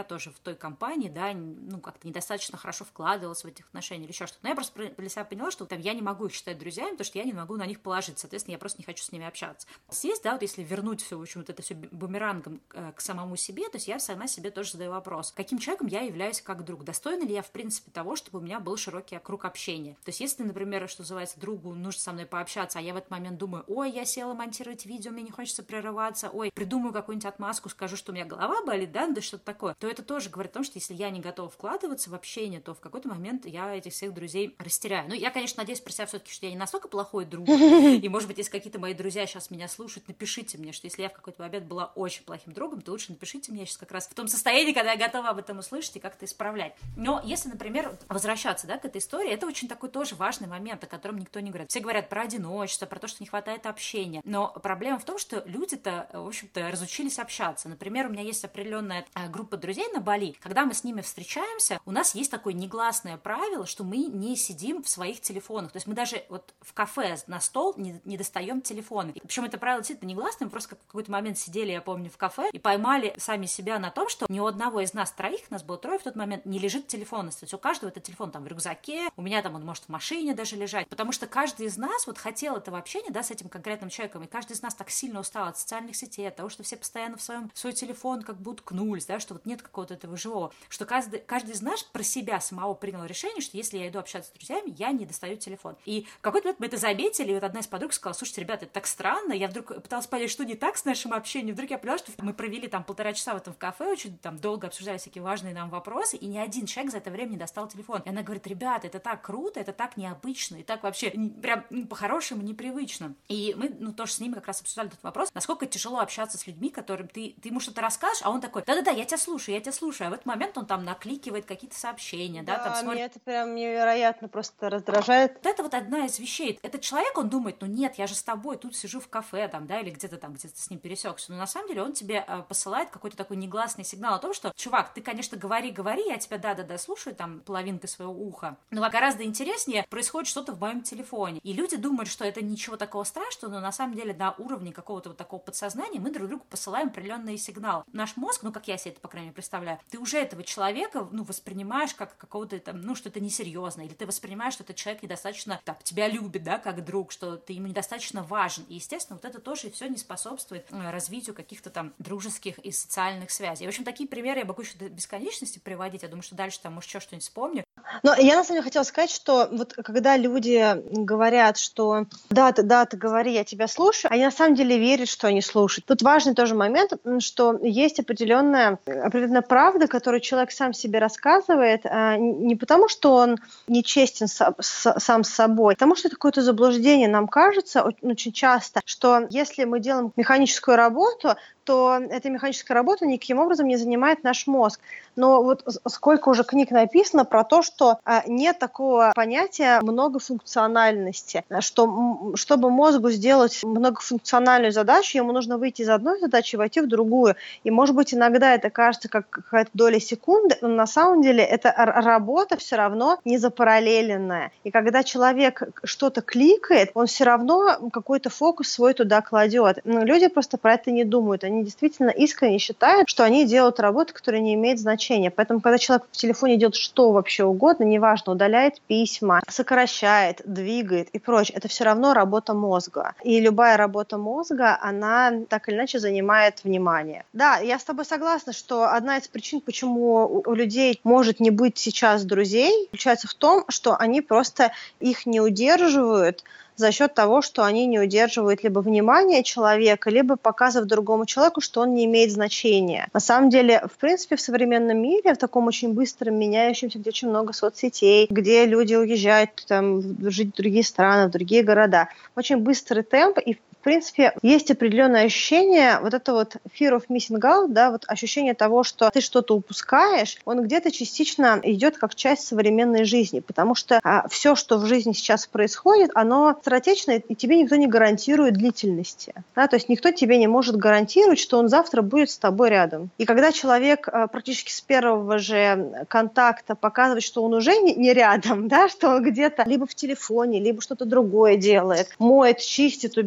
той компании, да, ну, как-то недостаточно хорошо вкладывалась в этих отношения или еще что-то. Но я просто для себя поняла, что там, я не могу их считать друзьями, потому что я не могу на них положиться. Соответственно, я просто не хочу с ними общаться. Здесь, да, вот если вернуть все, в общем, вот это все бумерангом э, к самому себе, то есть я сама себе тоже задаю вопрос, каким человеком я являюсь как друг? Достойна ли я, в принципе, того, чтобы у меня был широкий круг общения? То есть если, например, что называется, другу нужно со мной пообщаться, а я в этот момент думаю, ой, я села монтировать видео, мне не хочется прерываться, ой, придумаю какую-нибудь отмазку, скажу, что у меня голова болит, да, да что-то такое, то это тоже говорит о том, что если я не готова вкладываться в общение, то в какой-то момент я этих всех друзей растеряю. Ну, я, конечно, надеюсь про себя все-таки, что я не настолько плохой друг, и, может быть, если какие-то мои друзья сейчас меня слушают, напишите мне, что если я в какой-то момент была очень плохим другом, то лучше напишите мне, я сейчас как раз в том состоянии, когда я готова об этом услышать и как-то исправлять. Но если, например, возвращаться, да, к этой истории, это очень такой тоже важный момент, о котором никто не говорит. Все говорят про одиночество, про то, что не хватает общения, но проблема в том, что люди-то, в общем-то, разучились общаться. Например, у меня есть определенная группа друзей на Бали, когда мы с ними встречаемся, у нас есть такое негласное правило, что мы не сидим в своих телефонах, то есть мы даже вот в кафе на стол не, не достаем телефоны. И, причем это правило действительно негласное, мы просто в какой-то момент сидели, я помню, в кафе и поймали сами себя на том, что ни у одного из нас троих, нас было трое в тот момент, не лежит телефон. То есть у каждого этот телефон там в рюкзаке, у меня там он может в машине даже лежать, потому что каждый из нас вот хотел этого общения, да, с этим конкретным человеком, и каждый из нас так сильно устал от социальных сетей, от того, что все постоянно в своем в свой телефон как бы уткнулись, да, что вот нет какого-то этого живого, что каждый, каждый из нас про себя самого принял решение, что если я иду общаться с друзьями, я не достаю телефон. И в какой-то момент мы это заметили, и вот одна из подруг сказала, слушайте, ребята, это так странно, я вдруг пыталась понять, что не так с нашим общением, вдруг я поняла, что мы провели там полтора часа в этом кафе, очень там долго обсуждали всякие важные нам вопросы, и ни один человек за это время не достал телефон. И она говорит, ребята, это так круто, это так необычно, и так вообще прям ну, по-хорошему непривычно. И мы, ну, тоже с ними как раз обсуждали этот вопрос, насколько тяжело общаться с людьми, которым ты, ты ему что-то расскажешь, а он такой, да-да-да, я тебя слушаю, я тебя слушаю, а в этот момент он там накликивает какие-то сообщения, да, да там смотрит. Меня это прям невероятно просто раздражает. Вот это вот одна из вещей. Этот человек, он думает, ну нет, я же с тобой тут сижу в кафе, там, да, или где-то там, где-то с ним пересекся, но на самом деле он тебе э, посылает какой-то такой негласный сигнал о том, что, чувак, ты, конечно, говори, говори, я тебя да-да-да слушаю, там, половинкой своего уха, но гораздо интереснее происходит что-то в моем телефоне. И люди думают, что это ничего такого страшного, но на самом деле на уровне какого-то вот такого подсознания мы друг другу посылаем определенные сигналы. Наш мозг, ну, как я себе это, по крайней мере, представляю, ты уже этого человека, ну, воспринимаешь как какого-то там, ну, что-то несерьезное, или ты воспринимаешь, что этот человек недостаточно, так, тебя любит, да, как друг, что ты ему недостаточно важен. И, естественно, вот это тоже все не способствует развитию каких-то там дружеских и социальных связей. И, в общем, такие примеры я могу еще до бесконечности приводить. Я думаю, что дальше там, может, еще что-нибудь вспомню. Но я, на самом деле, хотела сказать, что вот когда люди говорят, что да, ты, да, ты говори, я тебя слушаю, они на самом деле верят, что они слушают. Тут важный тоже момент, что есть определенная, определенная правда, которую человек сам себе рассказывает, не потому, что он нечестен сам с собой, потому что это какое-то заблуждение. Нам кажется очень часто, что если мы делаем механическую работу, то эта механическая работа никаким образом не занимает наш мозг. Но вот сколько уже книг написано про то, что нет такого понятия многофункциональности, что чтобы мозгу сделать многофункциональную задачу, ему нужно выйти из одной задачи и войти в другую. И, может быть, иногда это кажется как какая-то доля секунды, но на самом деле эта работа все равно не запараллеленная. И когда человек что-то кликает, он все равно какой-то фокус свой туда кладет. Но люди просто про это не думают. Они действительно искренне считают, что они делают работу, которая не имеет значения. Поэтому, когда человек в телефоне делает что вообще угодно, неважно, удаляет письма, сокращает, двигает и прочее, это все равно работа мозга. И любая работа мозга, она так или иначе занимает внимание. Да, я с тобой согласна, что одна из причин, почему у людей может не быть сейчас друзей, заключается в том, что они просто их не удерживают за счет того, что они не удерживают либо внимание человека, либо показывают другому человеку, что он не имеет значения. На самом деле, в принципе, в современном мире, в таком очень быстром, меняющемся, где очень много соцсетей, где люди уезжают там, жить в другие страны, в другие города, очень быстрый темп, и в принципе, есть определенное ощущение, вот это вот fear of missing out, да, вот ощущение того, что ты что-то упускаешь, он где-то частично идет как часть современной жизни, потому что а, все, что в жизни сейчас происходит, оно скоротечно, и тебе никто не гарантирует длительности, да, то есть никто тебе не может гарантировать, что он завтра будет с тобой рядом. И когда человек а, практически с первого же контакта показывает, что он уже не, не рядом, да, что он где-то либо в телефоне, либо что-то другое делает, моет, чистит, убирает,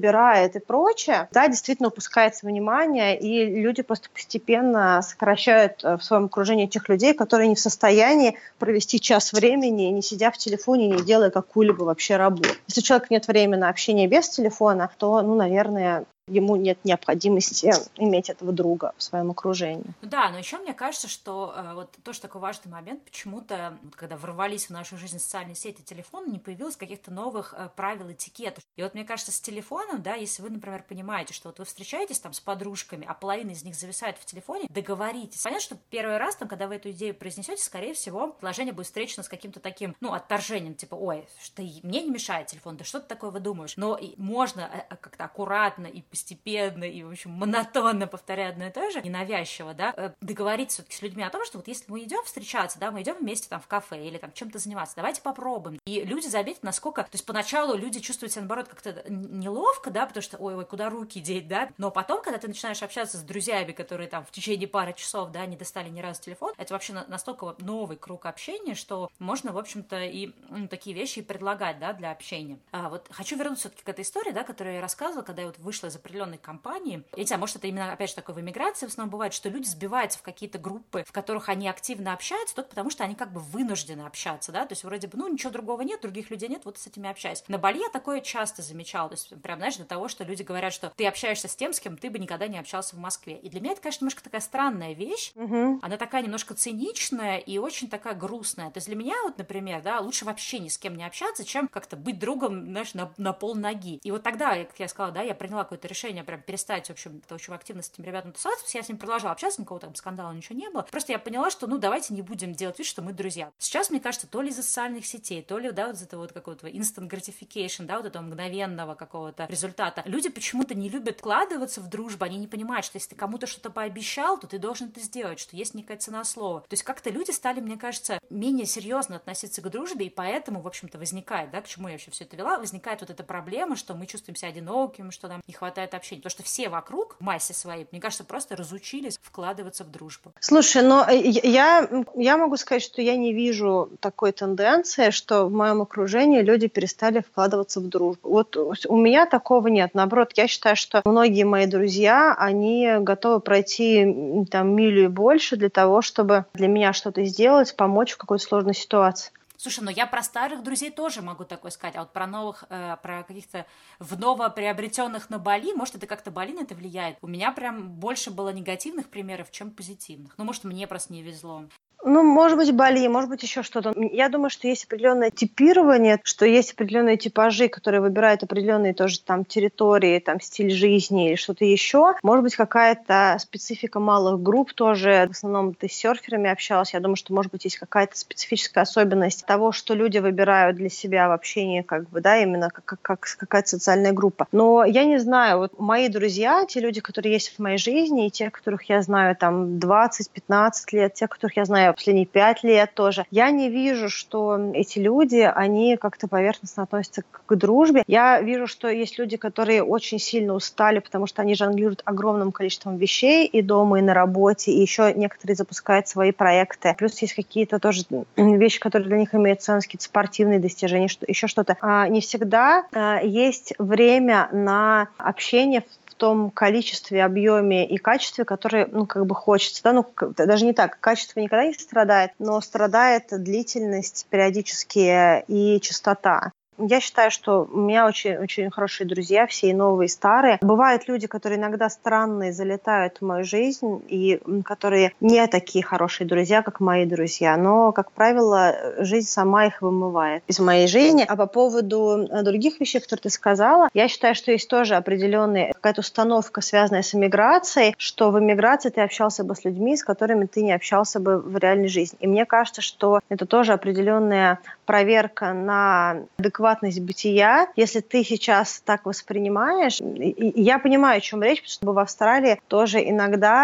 отдыхает и прочее, да, действительно упускается внимание, и люди просто постепенно сокращают в своем окружении тех людей, которые не в состоянии провести час времени, не сидя в телефоне, не делая какую-либо вообще работу. Если у человека нет времени на общение без телефона, то, ну, наверное, ему нет необходимости иметь этого друга в своем окружении. Да, но еще мне кажется, что э, вот тоже такой важный момент, почему-то, когда ворвались в нашу жизнь социальные сети, телефон, не появилось каких-то новых э, правил этикета. И вот мне кажется, с телефоном, да, если вы, например, понимаете, что вот вы встречаетесь там с подружками, а половина из них зависает в телефоне, договоритесь. Понятно, что первый раз, там, когда вы эту идею произнесете, скорее всего, предложение будет встречено с каким-то таким, ну, отторжением, типа, ой, что мне не мешает телефон, да что ты такое выдумаешь? Но можно как-то аккуратно и постепенно и, в общем, монотонно, повторяя одно и то же, ненавязчиво, да, договориться все-таки с людьми о том, что вот если мы идем встречаться, да, мы идем вместе там в кафе или там чем-то заниматься, давайте попробуем. И люди заметят, насколько, то есть поначалу люди чувствуют себя, наоборот, как-то неловко, да, потому что, ой-ой, куда руки деть, да, но потом, когда ты начинаешь общаться с друзьями, которые там в течение пары часов, да, не достали ни разу телефон, это вообще настолько новый круг общения, что можно, в общем-то, и ну, такие вещи и предлагать, да, для общения. А вот хочу вернуться все-таки к этой истории, да, которую я рассказывала, когда я вот вышла из определенной компании. Я не знаю, может, это именно, опять же, такое в эмиграции в основном бывает, что люди сбиваются в какие-то группы, в которых они активно общаются, только потому что они как бы вынуждены общаться, да, то есть вроде бы, ну, ничего другого нет, других людей нет, вот с этими общаюсь. На Бали я такое часто замечала, то есть прям, знаешь, до того, что люди говорят, что ты общаешься с тем, с кем ты бы никогда не общался в Москве. И для меня это, конечно, немножко такая странная вещь, угу. Она такая немножко циничная и очень такая грустная. То есть для меня вот, например, да, лучше вообще ни с кем не общаться, чем как-то быть другом, знаешь, на, на пол ноги. И вот тогда, как я сказала, да, я приняла какое-то решение прям перестать, в общем, очень активно с этими ребятами тусоваться, я с ним продолжала общаться, никакого там скандала, ничего не было. Просто я поняла, что, ну, давайте не будем делать вид, что мы друзья. Сейчас, мне кажется, то ли из-за социальных сетей, то ли, да, вот из-за этого вот какого-то instant gratification, да, вот этого мгновенного какого-то результата. Люди почему-то не любят вкладываться в дружбу, они не понимают, что если ты кому-то что-то пообещал, то ты должен это сделать, что есть некая цена слова. То есть как-то люди стали, мне кажется, менее серьезно относиться к дружбе, и поэтому, в общем-то, возникает, да, к чему я вообще все это вела, возникает вот эта проблема, что мы чувствуем себя одинокими, что нам не хватает общения. Потому что все вокруг, в массе своей, мне кажется, просто разучились вкладываться в дружбу. Слушай, но я, я могу сказать, что я не вижу такой тенденции, что в моем окружении люди перестали вкладываться в дружбу. Вот у меня такого нет. Наоборот, я считаю, что многие мои друзья, они готовы пройти там милю и больше для того, чтобы для меня что-то сделать, помочь в какой-то сложной ситуации. Слушай, ну я про старых друзей тоже могу такое сказать, а вот про новых, э, про каких-то вновь приобретенных на Бали, может, это как-то Бали на это влияет? У меня прям больше было негативных примеров, чем позитивных. Ну, может, мне просто не везло. Ну, может быть, Бали, может быть, еще что-то. Я думаю, что есть определенное типирование, что есть определенные типажи, которые выбирают определенные тоже там территории, там стиль жизни или что-то еще. Может быть, какая-то специфика малых групп тоже. В основном ты с серферами общалась. Я думаю, что, может быть, есть какая-то специфическая особенность того, что люди выбирают для себя в общении, как бы, да, именно как, как, как какая-то социальная группа. Но я не знаю, вот мои друзья, те люди, которые есть в моей жизни, и те, которых я знаю там двадцать-пятнадцать лет, те, которых я знаю последние пять лет тоже. Я не вижу, что эти люди, они как-то поверхностно относятся к дружбе. Я вижу, что есть люди, которые очень сильно устали, потому что они жонглируют огромным количеством вещей и дома, и на работе, и еще некоторые запускают свои проекты. Плюс есть какие-то тоже вещи, которые для них имеют ценность, какие-то спортивные достижения, еще что-то. А не всегда а, есть время на общение в том количестве, объеме и качестве, которое, ну, как бы хочется. Да? Ну, даже не так. Качество никогда не страдает, но страдает длительность периодически и частота. Я считаю, что у меня очень-очень хорошие друзья, все и новые, и старые. Бывают люди, которые иногда странные залетают в мою жизнь, и которые не такие хорошие друзья, как мои друзья. Но, как правило, жизнь сама их вымывает из моей жизни. А по поводу других вещей, которые ты сказала, я считаю, что есть тоже определенная какая-то установка, связанная с эмиграцией, что в эмиграции ты общался бы с людьми, с которыми ты не общался бы в реальной жизни. И мне кажется, что это тоже определенная проверка на адекватность бытия. Если ты сейчас так воспринимаешь, и я понимаю, о чем речь, потому что в Австралии тоже иногда,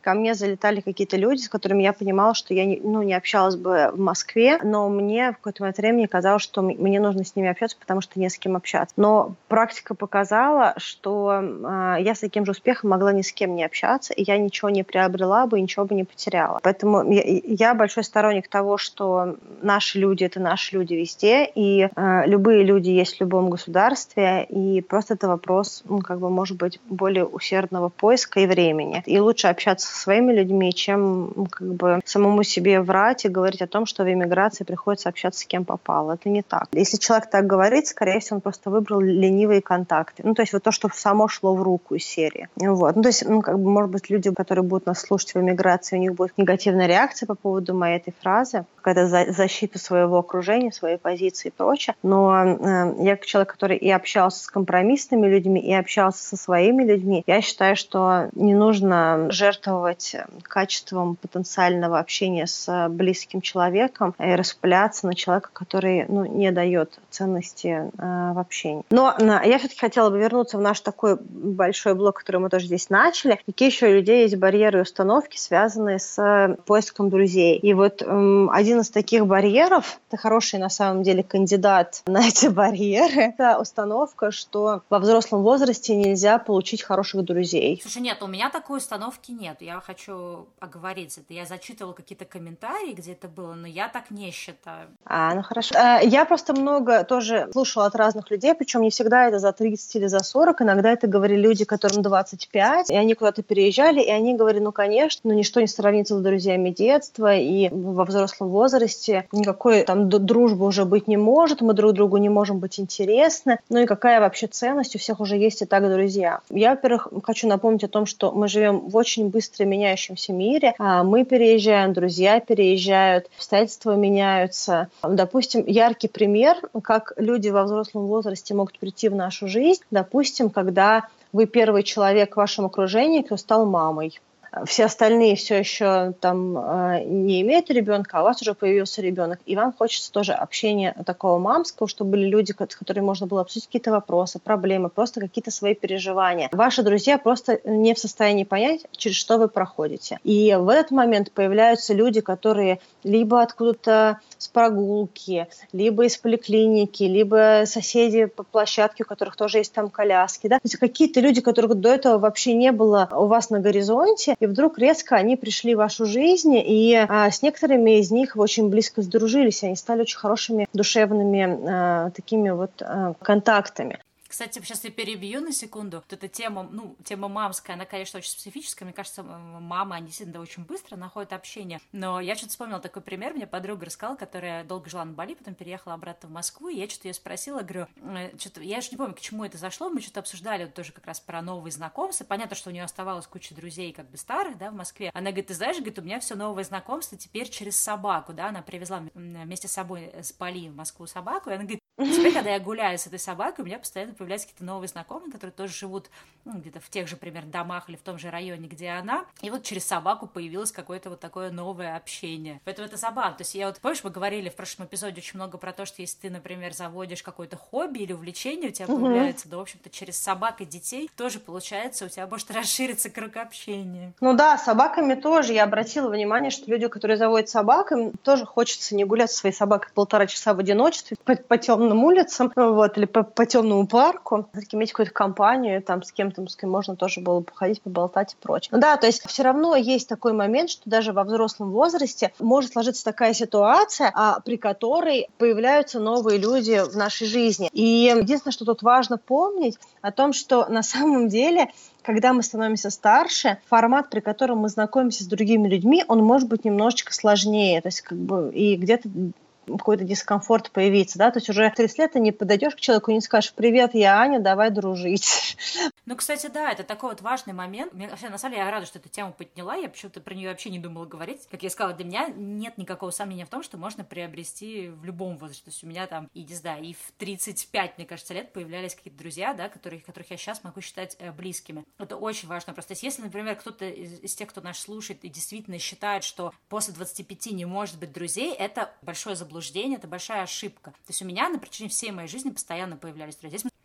ко мне залетали какие-то люди, с которыми я понимала, что я не, ну, не общалась бы в Москве, но мне в какой-то момент времени казалось, что мне нужно с ними общаться, потому что не с кем общаться. Но практика показала, что э, я с таким же успехом могла ни с кем не общаться, и я ничего не приобрела бы, ничего бы не потеряла. Поэтому я, я большой сторонник того, что наши люди — это наши люди везде, и э, любые люди есть в любом государстве, и просто это вопрос, ну, как бы, может быть, более усердного поиска и времени. И лучше общаться со своими людьми, чем, ну, как бы, самому себе врать и говорить о том, что в эмиграции приходится общаться с кем попало. Это не так. Если человек так говорит, скорее всего, он просто выбрал ленивые контакты. Ну, то есть вот то, что само шло в руку из серии. Вот. Ну, то есть, ну, как бы, может быть, люди, которые будут нас слушать в эмиграции, у них будет негативная реакция по поводу моей этой фразы, какая-то за- защита своего окружения, своей позиции и прочее. Но э, я как человек, который и общался с компромиссными людьми, и общался со своими людьми, я считаю, что не нужно жертвовать качеством потенциального общения с близким человеком и распыляться на человека, который, ну, не дает ценности э, в общении. Но э, я все-таки хотела бы вернуться в наш такой большой блок, который мы тоже здесь начали. Какие еще у людей есть барьеры и установки, связанные с поиском друзей? И вот э, один из таких барьеров, это хороший на самом деле кандидат на эти барьеры, это установка, что во взрослом возрасте нельзя получить хороших друзей. Слушай, нет, у меня такой установки нет. Я хочу оговориться. Это я зачитывала какие-то комментарии, где это было, но я так не считаю. А, ну хорошо. Я просто много тоже слушала от разных людей, причем не всегда это за тридцать или за сорок. Иногда это говорили люди, которым двадцать пять, и они куда-то переезжали, и они говорили, ну, конечно, ну, ничто не сравнится с друзьями детства, и во взрослом возрасте никакой там дружбы уже быть не может, мы друг другу не можем быть интересны, ну и какая вообще ценность, у всех уже есть и так друзья. Я, во-первых, хочу напомнить о том, что мы живем в очень быстро меняющемся мире, мы переезжаем, друзья переезжают, обстоятельства меняются. Допустим, яркий пример, как люди во взрослом возрасте могут прийти в нашу жизнь, допустим, когда вы первый человек в вашем окружении, кто стал мамой. Все остальные все еще там э, не имеют ребенка, а у вас уже появился ребенок, и вам хочется тоже общения такого мамского, чтобы были люди, с которыми можно было обсудить какие-то вопросы, проблемы, просто какие-то свои переживания. Ваши друзья просто не в состоянии понять, через что вы проходите. И в этот момент появляются люди, которые либо откуда-то с прогулки, либо из поликлиники, либо соседи по площадке, у которых тоже есть там коляски. Да? То есть какие-то люди, которых до этого вообще не было у вас на горизонте, и вдруг резко они пришли в вашу жизнь, и а, с некоторыми из них вы очень близко сдружились, они стали очень хорошими душевными а, такими вот а, контактами. Кстати, сейчас я перебью на секунду. Вот эта тема, ну, тема мамская, она, конечно, очень специфическая. Мне кажется, мамы, они действительно очень быстро находят общение. Но я что-то вспомнила такой пример. Мне подруга рассказала, которая долго жила на Бали, потом переехала обратно в Москву. И я что-то ее спросила, говорю, что-то, я уж не помню, к чему это зашло. Мы что-то обсуждали вот тоже как раз про новые знакомства. Понятно, что у нее оставалась куча друзей как бы старых, да, в Москве. Она говорит, ты знаешь, говорит, у меня все новые знакомства теперь через собаку, да. Она привезла вместе с собой с Бали в Москву собаку. И она говорит, теперь, когда я гуляю с этой собакой, у меня постоянно появляются какие-то новые знакомые, которые тоже живут, ну, где-то в тех же, примерно, домах или в том же районе, где она. И вот через собаку появилось какое-то вот такое новое общение. Поэтому это забавно. То есть я вот, помнишь, мы говорили в прошлом эпизоде очень много про то, что если ты, например, заводишь какое-то хобби или увлечение, у тебя uh-huh. появляется, да, в общем-то, через собак и детей тоже получается, у тебя может расшириться круг общения. Ну да, с собаками тоже. Я обратила внимание, что люди, которые заводят собак, им тоже хочется не гулять со своей собакой полтора часа в одиночестве по, по темным улицам, вот, или по, по темному парку, иметь какую-то компанию, там, с кем-то, с кем можно тоже было походить, поболтать и прочее. Ну да, то есть все равно есть такой момент, что даже во взрослом возрасте может сложиться такая ситуация, а, при которой появляются новые люди в нашей жизни. И единственное, что тут важно помнить, о том, что на самом деле, когда мы становимся старше, формат, при котором мы знакомимся с другими людьми, он может быть немножечко сложнее, то есть как бы и где-то какой-то дискомфорт появится, да, то есть уже в тридцать лет ты не подойдешь к человеку и не скажешь: «Привет, я Аня, давай дружить». Ну, кстати, да, это такой вот важный момент. Мне, на самом деле, я рада, что эту тему подняла, я почему-то про нее вообще не думала говорить. Как я сказала, для меня нет никакого сомнения в том, что можно приобрести в любом возрасте. То есть у меня там, и не знаю, и в тридцать пять, мне кажется, лет появлялись какие-то друзья, да, которых, которых я сейчас могу считать э, близкими. Это очень важно. Просто если, например, кто-то из, из тех, кто нас слушает и действительно считает, что после двадцати пяти не может быть друзей, это большое заблуждение, это большая ошибка. То есть у меня на протяжении всей моей жизни постоянно появлялись друзья. Здесь мы,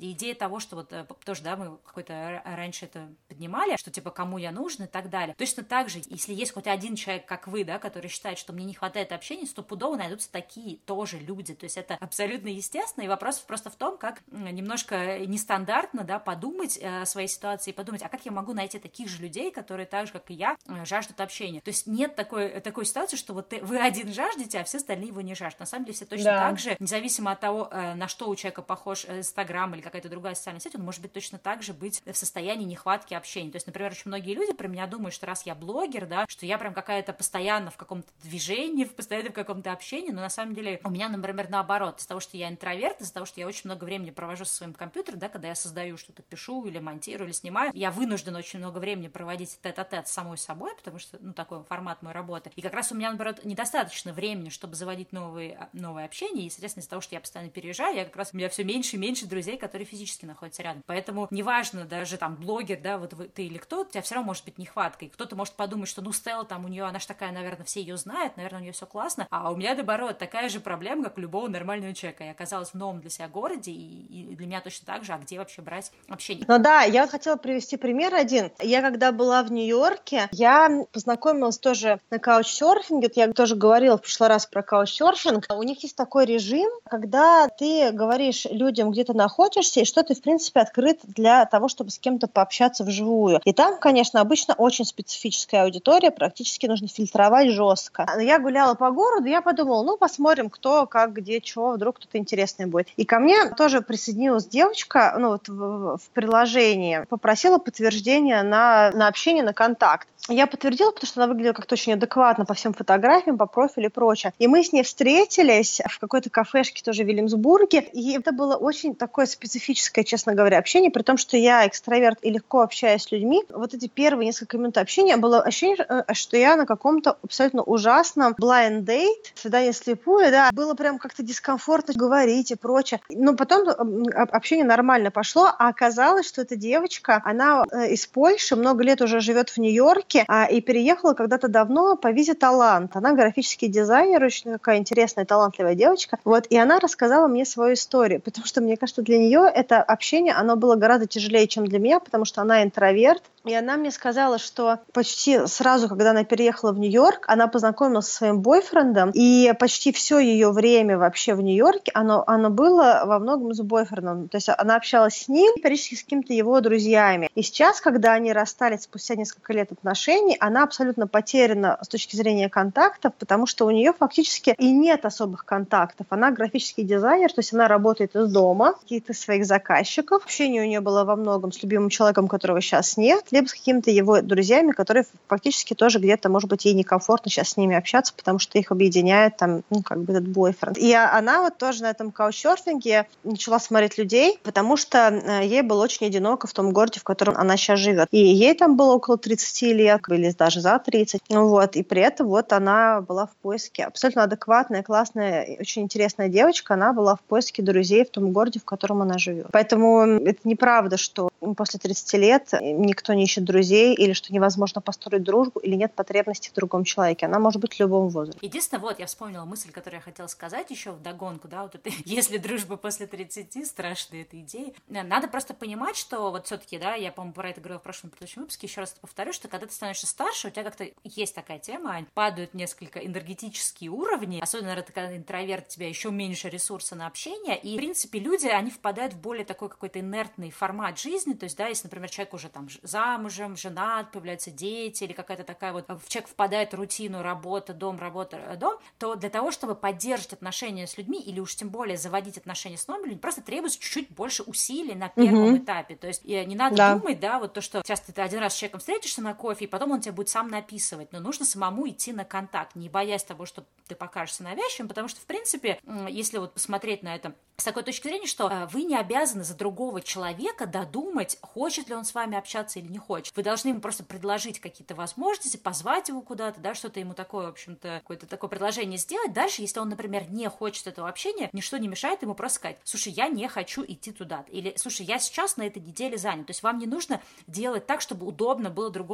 И идея того, что вот тоже, да, мы какой-то раньше это поднимали, что типа кому я нужен и так далее. Точно так же, если есть хоть один человек, как вы, да, который считает, что мне не хватает общения, стопудово найдутся такие тоже люди. То есть это абсолютно естественно, и вопрос просто в том, как немножко нестандартно, да, подумать о своей ситуации и подумать, а как я могу найти таких же людей, которые так же, как и я, жаждут общения. То есть нет такой, такой ситуации, что вот вы один жаждете, а все остальные его не жаждут. На самом деле все точно да. так же, независимо от того, на что у человека похож Инстаграм или какая-то другая социальная сеть, он может быть точно так же быть в состоянии нехватки общения. То есть, например, очень многие люди про меня думают, что раз я блогер, да, что я прям какая-то постоянно в каком-то движении, постоянно в каком-то общении, но на самом деле у меня, например, наоборот, из-за того, что я интроверт, из-за того, что я очень много времени провожу со своим компьютером, да, когда я создаю что-то, пишу или монтирую, или снимаю, я вынуждена очень много времени проводить тет-а-тет с самой собой, потому что, ну, такой формат моей работы. И как раз у меня, наоборот, недостаточно времени, чтобы заводить новые, новые общения, и, соответственно, из-за того, что я постоянно переезжаю, я как раз, у меня все меньше и меньше друзей, которые физически находятся рядом. Поэтому неважно, даже там блогер, да, вот вы, ты или кто, у тебя все равно может быть нехватка. И кто-то может подумать, что, ну, Стелла там у нее, она же такая, наверное, все ее знают, наверное, у нее все классно, а у меня, наоборот, такая же проблема, как у любого нормального человека. Я оказалась в новом для себя городе, и, и для меня точно так же, а где вообще брать общение? Ну да, я вот хотела привести пример один. Я когда была в Нью-Йорке, я познакомилась тоже на каучсерфинге, вот я тоже говорила в прошлый раз про каучсерфинг. У них есть такой режим, когда ты говоришь людям, где ты находишься, и что ты, в принципе, открыт для того, чтобы с кем-то пообщаться вживую. И там, конечно, обычно очень специфическая аудитория, практически нужно фильтровать жестко. Я гуляла по городу, я подумала, ну, посмотрим, кто, как, где, что, вдруг кто-то интересный будет. И ко мне тоже присоединилась девочка, ну, вот в, в приложении, попросила подтверждение на, на общение, на контакт. Я подтвердила, потому что она выглядела как-то очень адекватно по всем фотографиям, по профилю и прочее. И мы с ней встретились в какой-то кафешке тоже в Вильямсбурге, и это было очень такое специфическое, честно говоря, общение, при том, что я экстраверт и легко общаюсь с людьми. Вот эти первые несколько минут общения было ощущение, что я на каком-то абсолютно ужасном blind date, свидание слепую, да, было прям как-то дискомфортно говорить и прочее. Но потом общение нормально пошло, а оказалось, что эта девочка, она из Польши, много лет уже живет в Нью-Йорке, и переехала когда-то давно по визе талант. Она графический дизайнер, очень такая интересная, талантливая девочка. Вот, и она рассказала мне свою историю, потому что, мне кажется, для нее это общение, оно было гораздо тяжелее, чем для меня, потому что она интроверт. И она мне сказала, что почти сразу, когда она переехала в Нью-Йорк, она познакомилась со своим бойфрендом, и почти все ее время вообще в Нью-Йорке, оно, оно было во многом с бойфрендом. То есть она общалась с ним, периодически с какими-то его друзьями. И сейчас, когда они расстались спустя несколько лет отношений, она абсолютно потеряна с точки зрения контактов, потому что у нее фактически и нет особых контактов. Она графический дизайнер, то есть она работает из дома, каких-то своих заказчиков. Общение у нее было во многом с любимым человеком, которого сейчас нет, либо с какими-то его друзьями, которые фактически тоже где-то, может быть, ей некомфортно сейчас с ними общаться, потому что их объединяет там, ну, как бы этот бойфренд. И она вот тоже на этом каучсерфинге начала смотреть людей, потому что ей было очень одиноко в том городе, в котором она сейчас живет. И ей там было около тридцати лет, или даже за тридцать. Вот. И при этом вот она была в поиске. Абсолютно адекватная, классная, очень интересная девочка. Она была в поиске друзей в том городе, в котором она живет. Поэтому это неправда, что после тридцати лет никто не ищет друзей, или что невозможно построить дружбу, или нет потребности в другом человеке. Она может быть в любом возрасте. Единственное, вот я вспомнила мысль, которую я хотела сказать еще вдогонку, да, вот это, если дружба после тридцати, страшная эта идея. Надо просто понимать, что вот все-таки, да, я, по-моему, про это говорила в прошлом предыдущем выпуске, еще раз это повторю, что когда ты становишься старше, у тебя как-то есть такая тема, падают несколько энергетические уровни, особенно, наверное, когда интроверт, у тебя еще меньше ресурса на общение, и, в принципе, люди, они впадают в более такой какой-то инертный формат жизни, то есть, да, если, например, человек уже там замужем, женат, появляются дети, или какая-то такая вот, человек впадает в рутину, работа, дом, работа, дом, то для того, чтобы поддерживать отношения с людьми, или уж тем более заводить отношения с новыми людьми, просто требуется чуть-чуть больше усилий на первом mm-hmm. этапе, то есть не надо да. думать, да, вот то, что сейчас ты один раз с человеком встретишься на кофе, и потом он тебе будет сам написывать, но нужно самому идти на контакт, не боясь того, что ты покажешься навязчивым, потому что, в принципе, если вот посмотреть на это с такой точки зрения, что вы не обязаны за другого человека додумать, хочет ли он с вами общаться или не хочет. Вы должны ему просто предложить какие-то возможности, позвать его куда-то, да, что-то ему такое, в общем-то, какое-то такое предложение сделать. Дальше, если он, например, не хочет этого общения, ничто не мешает ему просто сказать: слушай, я не хочу идти туда. Или, слушай, я сейчас на этой неделе занят. То есть вам не нужно делать так, чтобы удобно было другому человеку.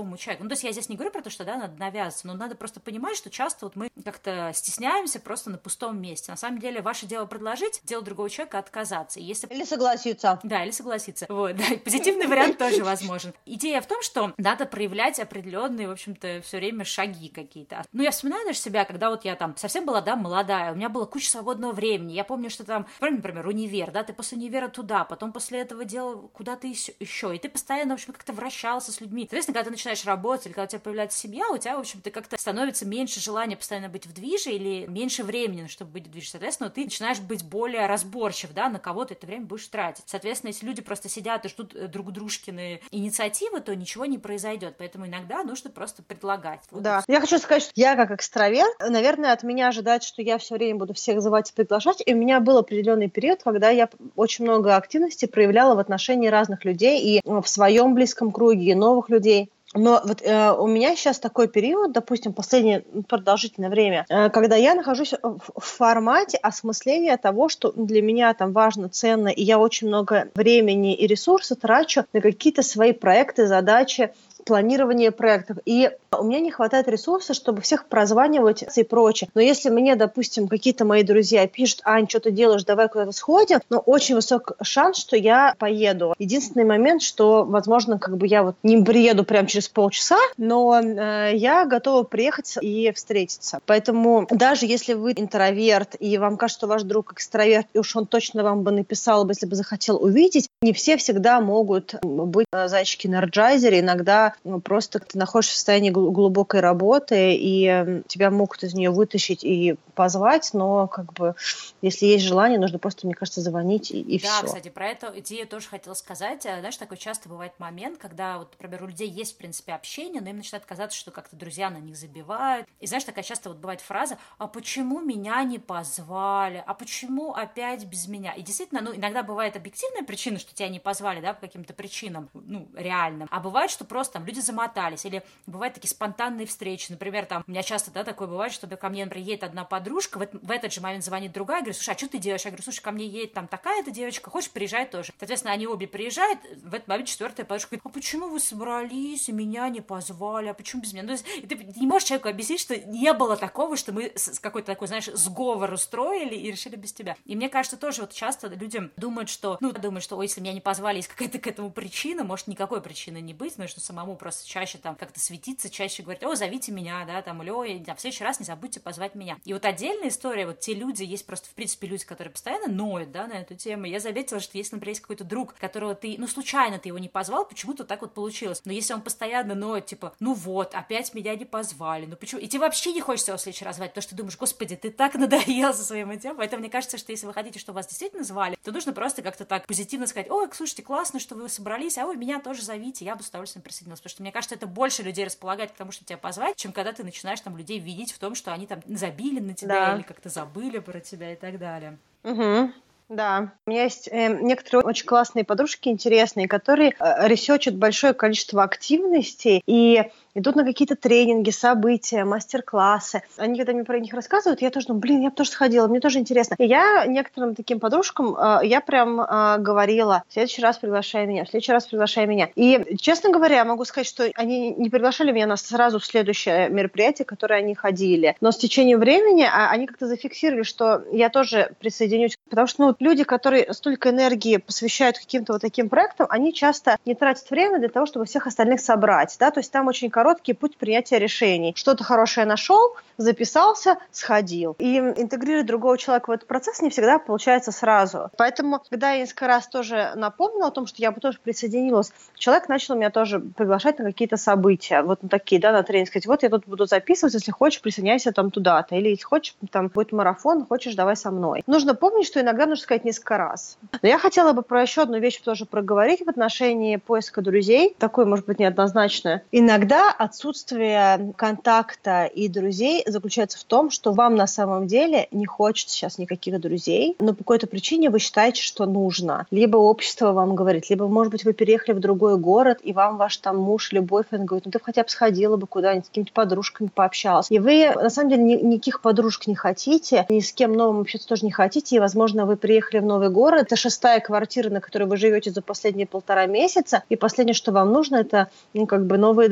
Ну, то есть я здесь не говорю про то, что, да, надо навязываться, но надо просто понимать, что часто вот мы как-то стесняемся просто на пустом месте. На самом деле ваше дело предложить, дело другого человека отказаться. И если... Или согласиться. Да, или согласиться. Вот, да, позитивный вариант тоже возможен. Идея в том, что надо проявлять определенные, в общем-то, все время шаги какие-то. Ну, я вспоминаю даже себя, когда вот я там совсем была, да, молодая, у меня была куча свободного времени. Я помню, что там, например, универ, да, ты после универа туда, потом после этого делал куда-то еще, и ты постоянно, в общем, как-то вращался с людьми. Соответственно, когда ты начинаешь работать, или когда у тебя появляется семья, у тебя, в общем-то, как-то становится меньше желания постоянно быть в движе или меньше времени, чтобы быть в движе. Соответственно, ты начинаешь быть более разборчив, да, на кого ты это время будешь тратить. Соответственно, если люди просто сидят и ждут друг дружкины инициативы, то ничего не произойдет. Поэтому иногда нужно просто предлагать. Вот да. Я хочу сказать, что я как экстраверт, наверное, от меня ожидать, что я все время буду всех звать и приглашать. И у меня был определенный период, когда я очень много активности проявляла в отношении разных людей и в своем близком круге, и новых людей. Но вот э, у меня сейчас такой период, допустим, последнее продолжительное время, э, когда я нахожусь в, в формате осмысления того, что для меня там важно, ценно, и я очень много времени и ресурсов трачу на какие-то свои проекты, задачи, планирование проектов. И у меня не хватает ресурсов, чтобы всех прозванивать и прочее. Но если мне, допустим, какие-то мои друзья пишут: Ань, что ты делаешь, давай куда-то сходим, но очень высок шанс, что я поеду. Единственный момент, что, возможно, как бы я вот не приеду прямо через полчаса, но э, я готова приехать и встретиться. Поэтому даже если вы интроверт, и вам кажется, что ваш друг экстраверт, и уж он точно вам бы написал, если бы захотел увидеть, не все всегда могут быть зайчики-энерджайзеры. Иногда ну, просто ты находишься в состоянии глубокой работы, и тебя могут из нее вытащить и позвать, но как бы если есть желание, нужно просто, мне кажется, звонить и, и да, все. Да, кстати, про эту идею тоже хотела сказать. Знаешь, такой часто бывает момент, когда, вот, например, у людей есть, в принципе, общение, но им начинает казаться, что как-то друзья на них забивают. И знаешь, такая часто вот бывает фраза: а почему меня не позвали? А почему опять без меня? И действительно, ну, иногда бывает объективная причина, что тебя не позвали, да, по каким-то причинам, ну, реальным. А бывает, что просто там люди замотались, или бывают такие спонтанные встречи. Например, там, у меня часто, да, такое бывает, что ко мне, например, едет одна подружка, в, в этот же момент звонит другая, говорит: слушай, а что ты делаешь? Я говорю: слушай, ко мне едет там такая-то девочка, хочешь, приезжай тоже. Соответственно, они обе приезжают, в этот момент четвертая подружка говорит: а почему вы собрались и меня не позвали? А почему без меня? Ну, и ты, ты не можешь человеку объяснить, что не было такого, что мы с какой-то такой, знаешь, сговор устроили и решили без тебя. И мне кажется, тоже вот часто людям думают, что, ну, думают, что, ой, если меня не позвали, есть какая-то к этому причина, может никакой причины не быть, нужно самому просто чаще там как-то светиться, чаще говорить: о, зовите меня, да, там, или ой, да, в следующий раз не забудьте позвать меня. И вот отдельная история, вот те люди, есть просто, в принципе, люди, которые постоянно ноют, да, на эту тему. Я заметила, что если, например, есть какой-то друг, которого ты, ну, случайно ты его не позвал, почему-то так вот получилось. Но если он постоянно ноет, типа: ну вот, опять меня не позвали, ну почему? И тебе вообще не хочется его в следующий раз звать, потому что ты думаешь: господи, ты так надоел со своим этим. Поэтому мне кажется, что если вы хотите, чтобы вас действительно звали, то нужно просто как-то так позитивно сказать: ой, слушайте, классно, что вы собрались, а вы меня тоже зовите, я бы с удовольствием присоединилась. Потому что мне кажется, это больше людей располагает к тому, чтобы тебя позвать, чем когда ты начинаешь там людей видеть в том, что они там забили на тебя, да, или как-то забыли про тебя и так далее. Угу. Да, у меня есть э, некоторые очень классные подружки, интересные, которые э, ресерчат большое количество активностей и идут на какие-то тренинги, события, мастер-классы. Они, когда мне про них рассказывают, я тоже думаю: блин, я бы тоже сходила, мне тоже интересно. И я некоторым таким подружкам, э, я прям э, говорила: в следующий раз приглашай меня, в следующий раз приглашай меня. И, честно говоря, могу сказать, что они не приглашали меня на сразу в следующее мероприятие, в которое они ходили. Но с течением времени а, они как-то зафиксировали, что я тоже присоединюсь. Потому что, ну, люди, которые столько энергии посвящают каким-то вот таким проектам, они часто не тратят время для того, чтобы всех остальных собрать, да, то есть там очень короткий путь принятия решений. Что-то хорошее нашел, записался, сходил. И интегрировать другого человека в этот процесс не всегда получается сразу. Поэтому, когда я несколько раз тоже напомнила о том, что я бы тоже присоединилась, человек начал меня тоже приглашать на какие-то события, вот на такие, да, на тренинг, сказать: вот я тут буду записывать, если хочешь, присоединяйся там туда-то, или если хочешь, там будет марафон, хочешь, давай со мной. Нужно помнить, что иногда нужно сказать несколько раз. Но я хотела бы про еще одну вещь тоже проговорить в отношении поиска друзей, такой, может быть, неоднозначное. Иногда отсутствие контакта и друзей заключается в том, что вам на самом деле не хочется сейчас никаких друзей, но по какой-то причине вы считаете, что нужно. Либо общество вам говорит, либо, может быть, вы переехали в другой город, и вам ваш там муж или бойфренд говорит: ну ты хотя бы сходила бы куда-нибудь, с какими-то подружками пообщалась. И вы, на самом деле, ни, никаких подружек не хотите, ни с кем новым общаться тоже не хотите, и, возможно, вы приехали в новый город, это шестая квартира, на которой вы живете за последние полтора месяца, и последнее, что вам нужно, это, ну, как бы новые друзья.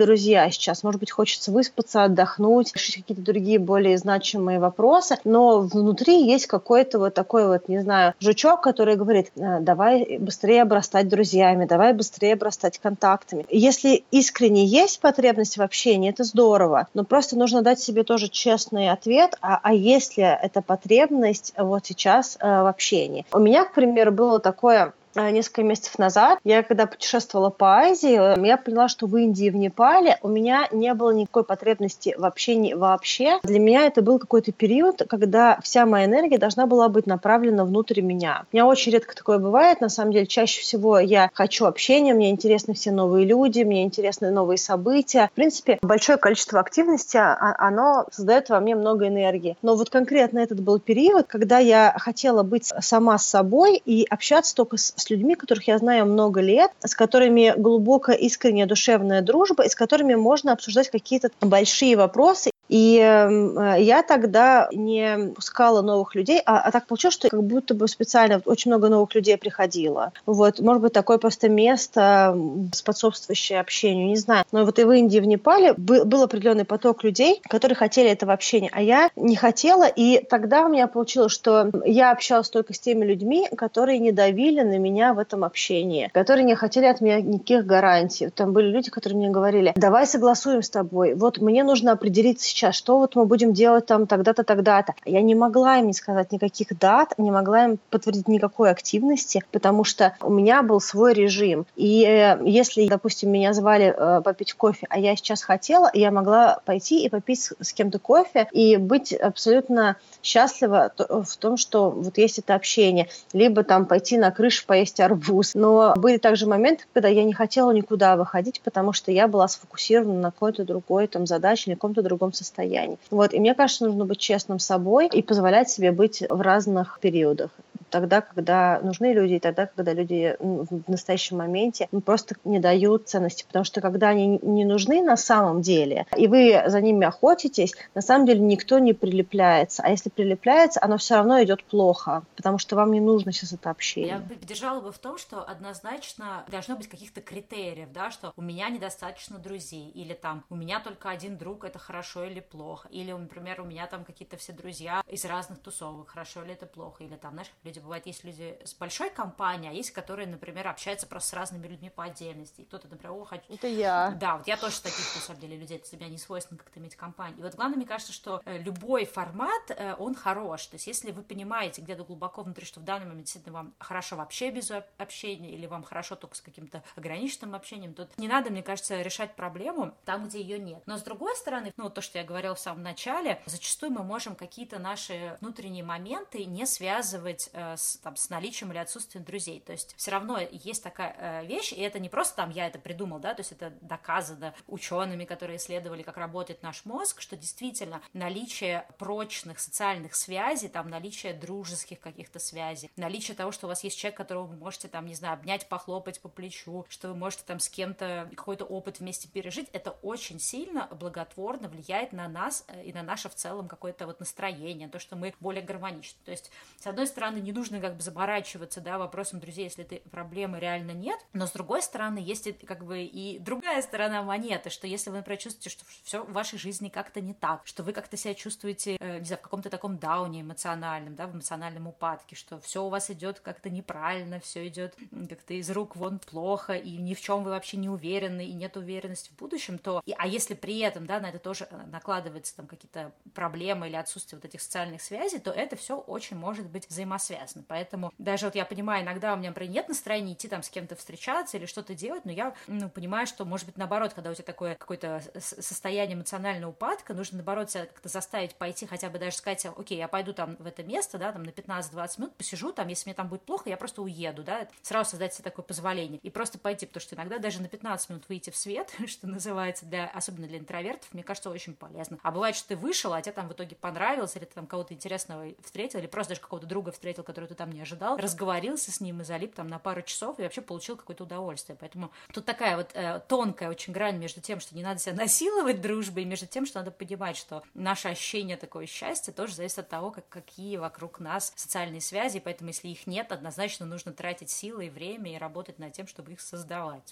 себя сейчас. Может быть, хочется выспаться, отдохнуть, решить какие-то другие более значимые вопросы, но внутри есть какой-то вот такой вот, не знаю, жучок, который говорит: давай быстрее обрастать друзьями, давай быстрее обрастать контактами. Если искренне есть потребность в общении, это здорово, но просто нужно дать себе тоже честный ответ, а, а есть ли эта потребность вот сейчас э, в общении. У меня, к примеру, было такое несколько месяцев назад. Я когда путешествовала по Азии, я поняла, что в Индии, в Непале у меня не было никакой потребности в общении вообще. Для меня это был какой-то период, когда вся моя энергия должна была быть направлена внутрь меня. У меня очень редко такое бывает. На самом деле, чаще всего я хочу общения, мне интересны все новые люди, мне интересны новые события. В принципе, большое количество активности, оно создает во мне много энергии. Но вот конкретно этот был период, когда я хотела быть сама с собой и общаться только с с людьми, которых я знаю много лет, с которыми глубокая, искренняя, душевная дружба, и с которыми можно обсуждать какие-то большие вопросы. И э, я тогда не пускала новых людей, а, а так получилось, что как будто бы специально очень много новых людей приходило. Вот, может быть, такое просто место, способствующее общению, не знаю. Но вот и в Индии, и в Непале был, был определенный поток людей, которые хотели этого общения, а я не хотела, и тогда у меня получилось, что я общалась только с теми людьми, которые не давили на меня в этом общении, которые не хотели от меня никаких гарантий. Там были люди, которые мне говорили: давай согласуем с тобой, вот мне нужно определиться сейчас, что вот мы будем делать там тогда-то, тогда-то. Я не могла им не сказать никаких дат, не могла им подтвердить никакой активности, потому что у меня был свой режим. И э, если, допустим, меня звали э, попить кофе, а я сейчас хотела, я могла пойти и попить с, с кем-то кофе и быть абсолютно счастлива в том, что вот есть это общение. Либо там пойти на крышу поесть арбуз. Но были также моменты, когда я не хотела никуда выходить, потому что я была сфокусирована на какой-то другой там задаче или каком-то другом состоянии. Вот. И мне кажется, нужно быть честным с собой и позволять себе быть в разных периодах. Тогда, когда нужны люди, и тогда, когда люди в настоящем моменте просто не дают ценности. Потому что когда они не нужны на самом деле, и вы за ними охотитесь, на самом деле никто не прилепляется. А если прилепляется, оно все равно идет плохо, потому что вам не нужно сейчас это общение. Я бы поддержала бы в том, что однозначно должно быть каких-то критериев, да, что у меня недостаточно друзей, или там у меня только один друг, это хорошо или плохо, или, например, у меня там какие-то все друзья из разных тусовок, хорошо ли это плохо, или там, знаешь, люди бывают, есть люди с большой компанией, а есть, которые, например, общаются просто с разными людьми по отдельности, и кто-то, например, о, хочу... Это я. Да, вот я тоже таких, на самом деле, людей, это себя не свойственно как-то иметь компанию. И вот главное, мне кажется, что любой формат, он хорош, то есть если вы понимаете где-то глубоко внутри, что в данный момент действительно вам хорошо вообще без общения, или вам хорошо только с каким-то ограниченным общением, то не надо, мне кажется, решать проблему там, где ее нет. Но с другой стороны, ну, то, что я говорила в самом начале, зачастую мы можем какие-то наши внутренние моменты не связывать э, с, там, с наличием или отсутствием друзей. То есть все равно есть такая э, вещь, и это не просто там я это придумал, да, то есть это доказано учеными, которые исследовали, как работает наш мозг, что действительно наличие прочных социальных связей, там, наличие дружеских каких-то связей, наличие того, что у вас есть человек, которого вы можете, там, не знаю, обнять, похлопать по плечу, что вы можете там с кем-то какой-то опыт вместе пережить, это очень сильно благотворно влияет на нас и на наше в целом какое-то вот настроение, то, что мы более гармоничны. То есть, с одной стороны, не нужно как бы заморачиваться, да, вопросом друзей, если этой проблемы реально нет, но с другой стороны, есть как бы и другая сторона монеты, что если вы, например, чувствуете, что все в вашей жизни как-то не так, что вы как-то себя чувствуете, э, не знаю, в каком-то таком дауне эмоциональном, да, в эмоциональном упадке, что все у вас идет как-то неправильно, все идет как-то из рук вон плохо, и ни в чем вы вообще не уверены, и нет уверенности в будущем, то, и, а если при этом, да, на это тоже накладывается там какие-то проблемы или отсутствие вот этих социальных связей, то это все очень может быть взаимосвязано. Поэтому даже вот я понимаю, иногда у меня, например, нет настроения идти там с кем-то встречаться или что-то делать, но я, ну, понимаю, что, может быть, наоборот, когда у тебя такое какое-то состояние эмоционального упадка, нужно, наоборот, себя как-то заставить пойти, хотя бы даже сказать, окей, я пойду там в это место, да, там на пятнадцать-двадцать минут посижу, там, если мне там будет плохо, я просто уеду, да, сразу создать себе такое позволение и просто пойти, потому что иногда даже на пятнадцать минут выйти в свет, что называется, для, особенно для интровертов, мне кажется, очень полезно. А бывает, что ты вышел, а тебе там в итоге понравилось, или ты там кого-то интересного встретил, или просто даже какого-то друга встретил, которого ты там не ожидал, разговорился с ним и залип там на пару часов и вообще получил какое-то удовольствие. Поэтому тут такая вот э, тонкая очень грань между тем, что не надо себя насиловать дружбой, и между тем, что надо понимать, что наше ощущение такого счастья тоже зависит от того, как, какие вокруг нас социальные связи, и поэтому если их нет, однозначно нужно тратить силы и время и работать над тем, чтобы их создавать.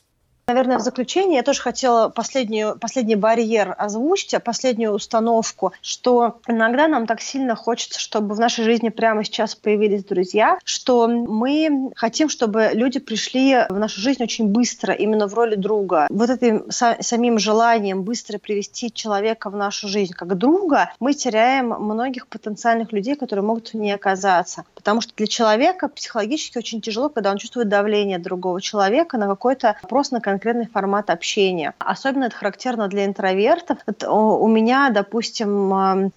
Наверное, в заключение я тоже хотела последнюю, последний барьер озвучить, последнюю установку, что иногда нам так сильно хочется, чтобы в нашей жизни прямо сейчас появились друзья, что мы хотим, чтобы люди пришли в нашу жизнь очень быстро, именно в роли друга. Вот этим самим желанием быстро привести человека в нашу жизнь как друга мы теряем многих потенциальных людей, которые могут в ней оказаться. Потому что для человека психологически очень тяжело, когда он чувствует давление другого человека на какой-то просто на конкретный формат общения. Особенно это характерно для интровертов. У меня, допустим,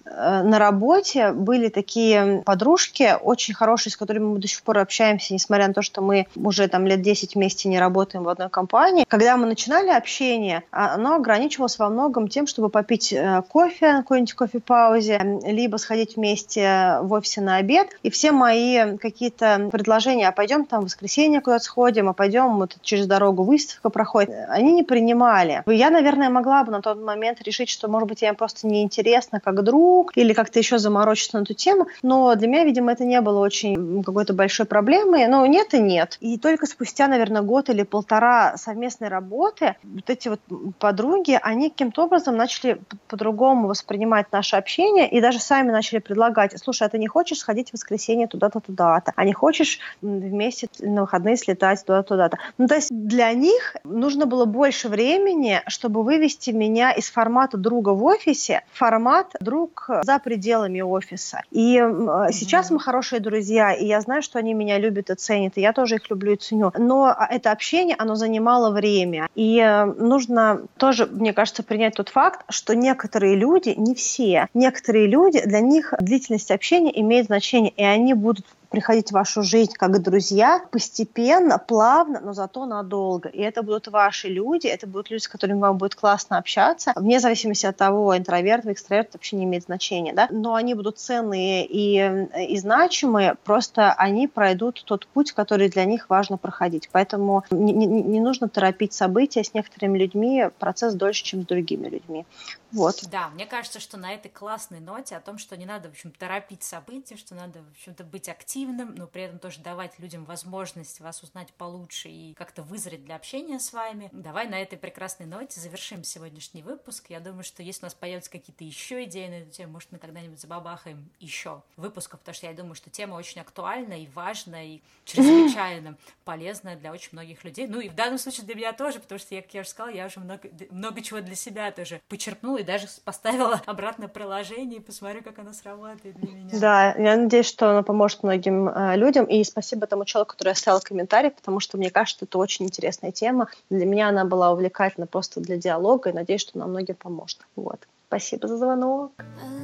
на работе были такие подружки, очень хорошие, с которыми мы до сих пор общаемся, несмотря на то, что мы уже там лет десять вместе не работаем в одной компании. Когда мы начинали общение, оно ограничивалось во многом тем, чтобы попить кофе на какой-нибудь кофе-паузе, либо сходить вместе в офисе на обед. И все мои какие-то предложения, а пойдем там в воскресенье куда-то сходим, а пойдем вот через дорогу выставка проходит, они не принимали. Я, наверное, могла бы на тот момент решить, что, может быть, я им просто неинтересна как друг или как-то еще заморочиться на эту тему, но для меня, видимо, это не было очень какой-то большой проблемой. Но нет и нет. И только спустя, наверное, год или полтора совместной работы вот эти вот подруги, они каким-то образом начали по-другому воспринимать наше общение и даже сами начали предлагать: слушай, а ты не хочешь сходить в воскресенье туда-то, туда-то? А не хочешь вместе на выходные слетать туда-то, туда-то? Ну, то есть для них нужно было больше времени, чтобы вывести меня из формата друга в офисе в формат друг за пределами офиса. И mm-hmm. сейчас мы хорошие друзья, и я знаю, что они меня любят и ценят, и я тоже их люблю и ценю. Но это общение, оно занимало время. И нужно тоже, мне кажется, принять тот факт, что некоторые люди, не все, некоторые люди, для них длительность общения имеет значение, и они будут приходить в вашу жизнь как друзья постепенно, плавно, но зато надолго. И это будут ваши люди, это будут люди, с которыми вам будет классно общаться, вне зависимости от того, интроверт, экстраверт, вообще не имеет значения, да? Но они будут ценные и, и значимые, просто они пройдут тот путь, который для них важно проходить. Поэтому не, не, не нужно торопить события с некоторыми людьми, процесс дольше, чем с другими людьми. Вот. Да, мне кажется, что на этой классной ноте о том, что не надо, в общем, торопить события, что надо, в общем-то, быть активным, но при этом тоже давать людям возможность вас узнать получше и как-то вызреть для общения с вами. Давай на этой прекрасной ноте завершим сегодняшний выпуск. Я думаю, что если у нас появятся какие-то еще идеи на эту тему, может, мы когда-нибудь забабахаем еще выпусков, потому что я думаю, что тема очень актуальна и важна, и чрезвычайно полезная для очень многих людей. Ну и в данном случае для меня тоже, потому что, я, как я уже сказала, я уже много, много чего для себя тоже почерпнула и даже поставила обратно приложение и посмотрю, как оно сработает для меня. Да, я надеюсь, что оно поможет многим э, людям. И спасибо тому человеку, который оставил комментарий, потому что мне кажется, это очень интересная тема. Для меня она была увлекательна просто для диалога, и надеюсь, что она многим поможет. Вот. Спасибо за звонок.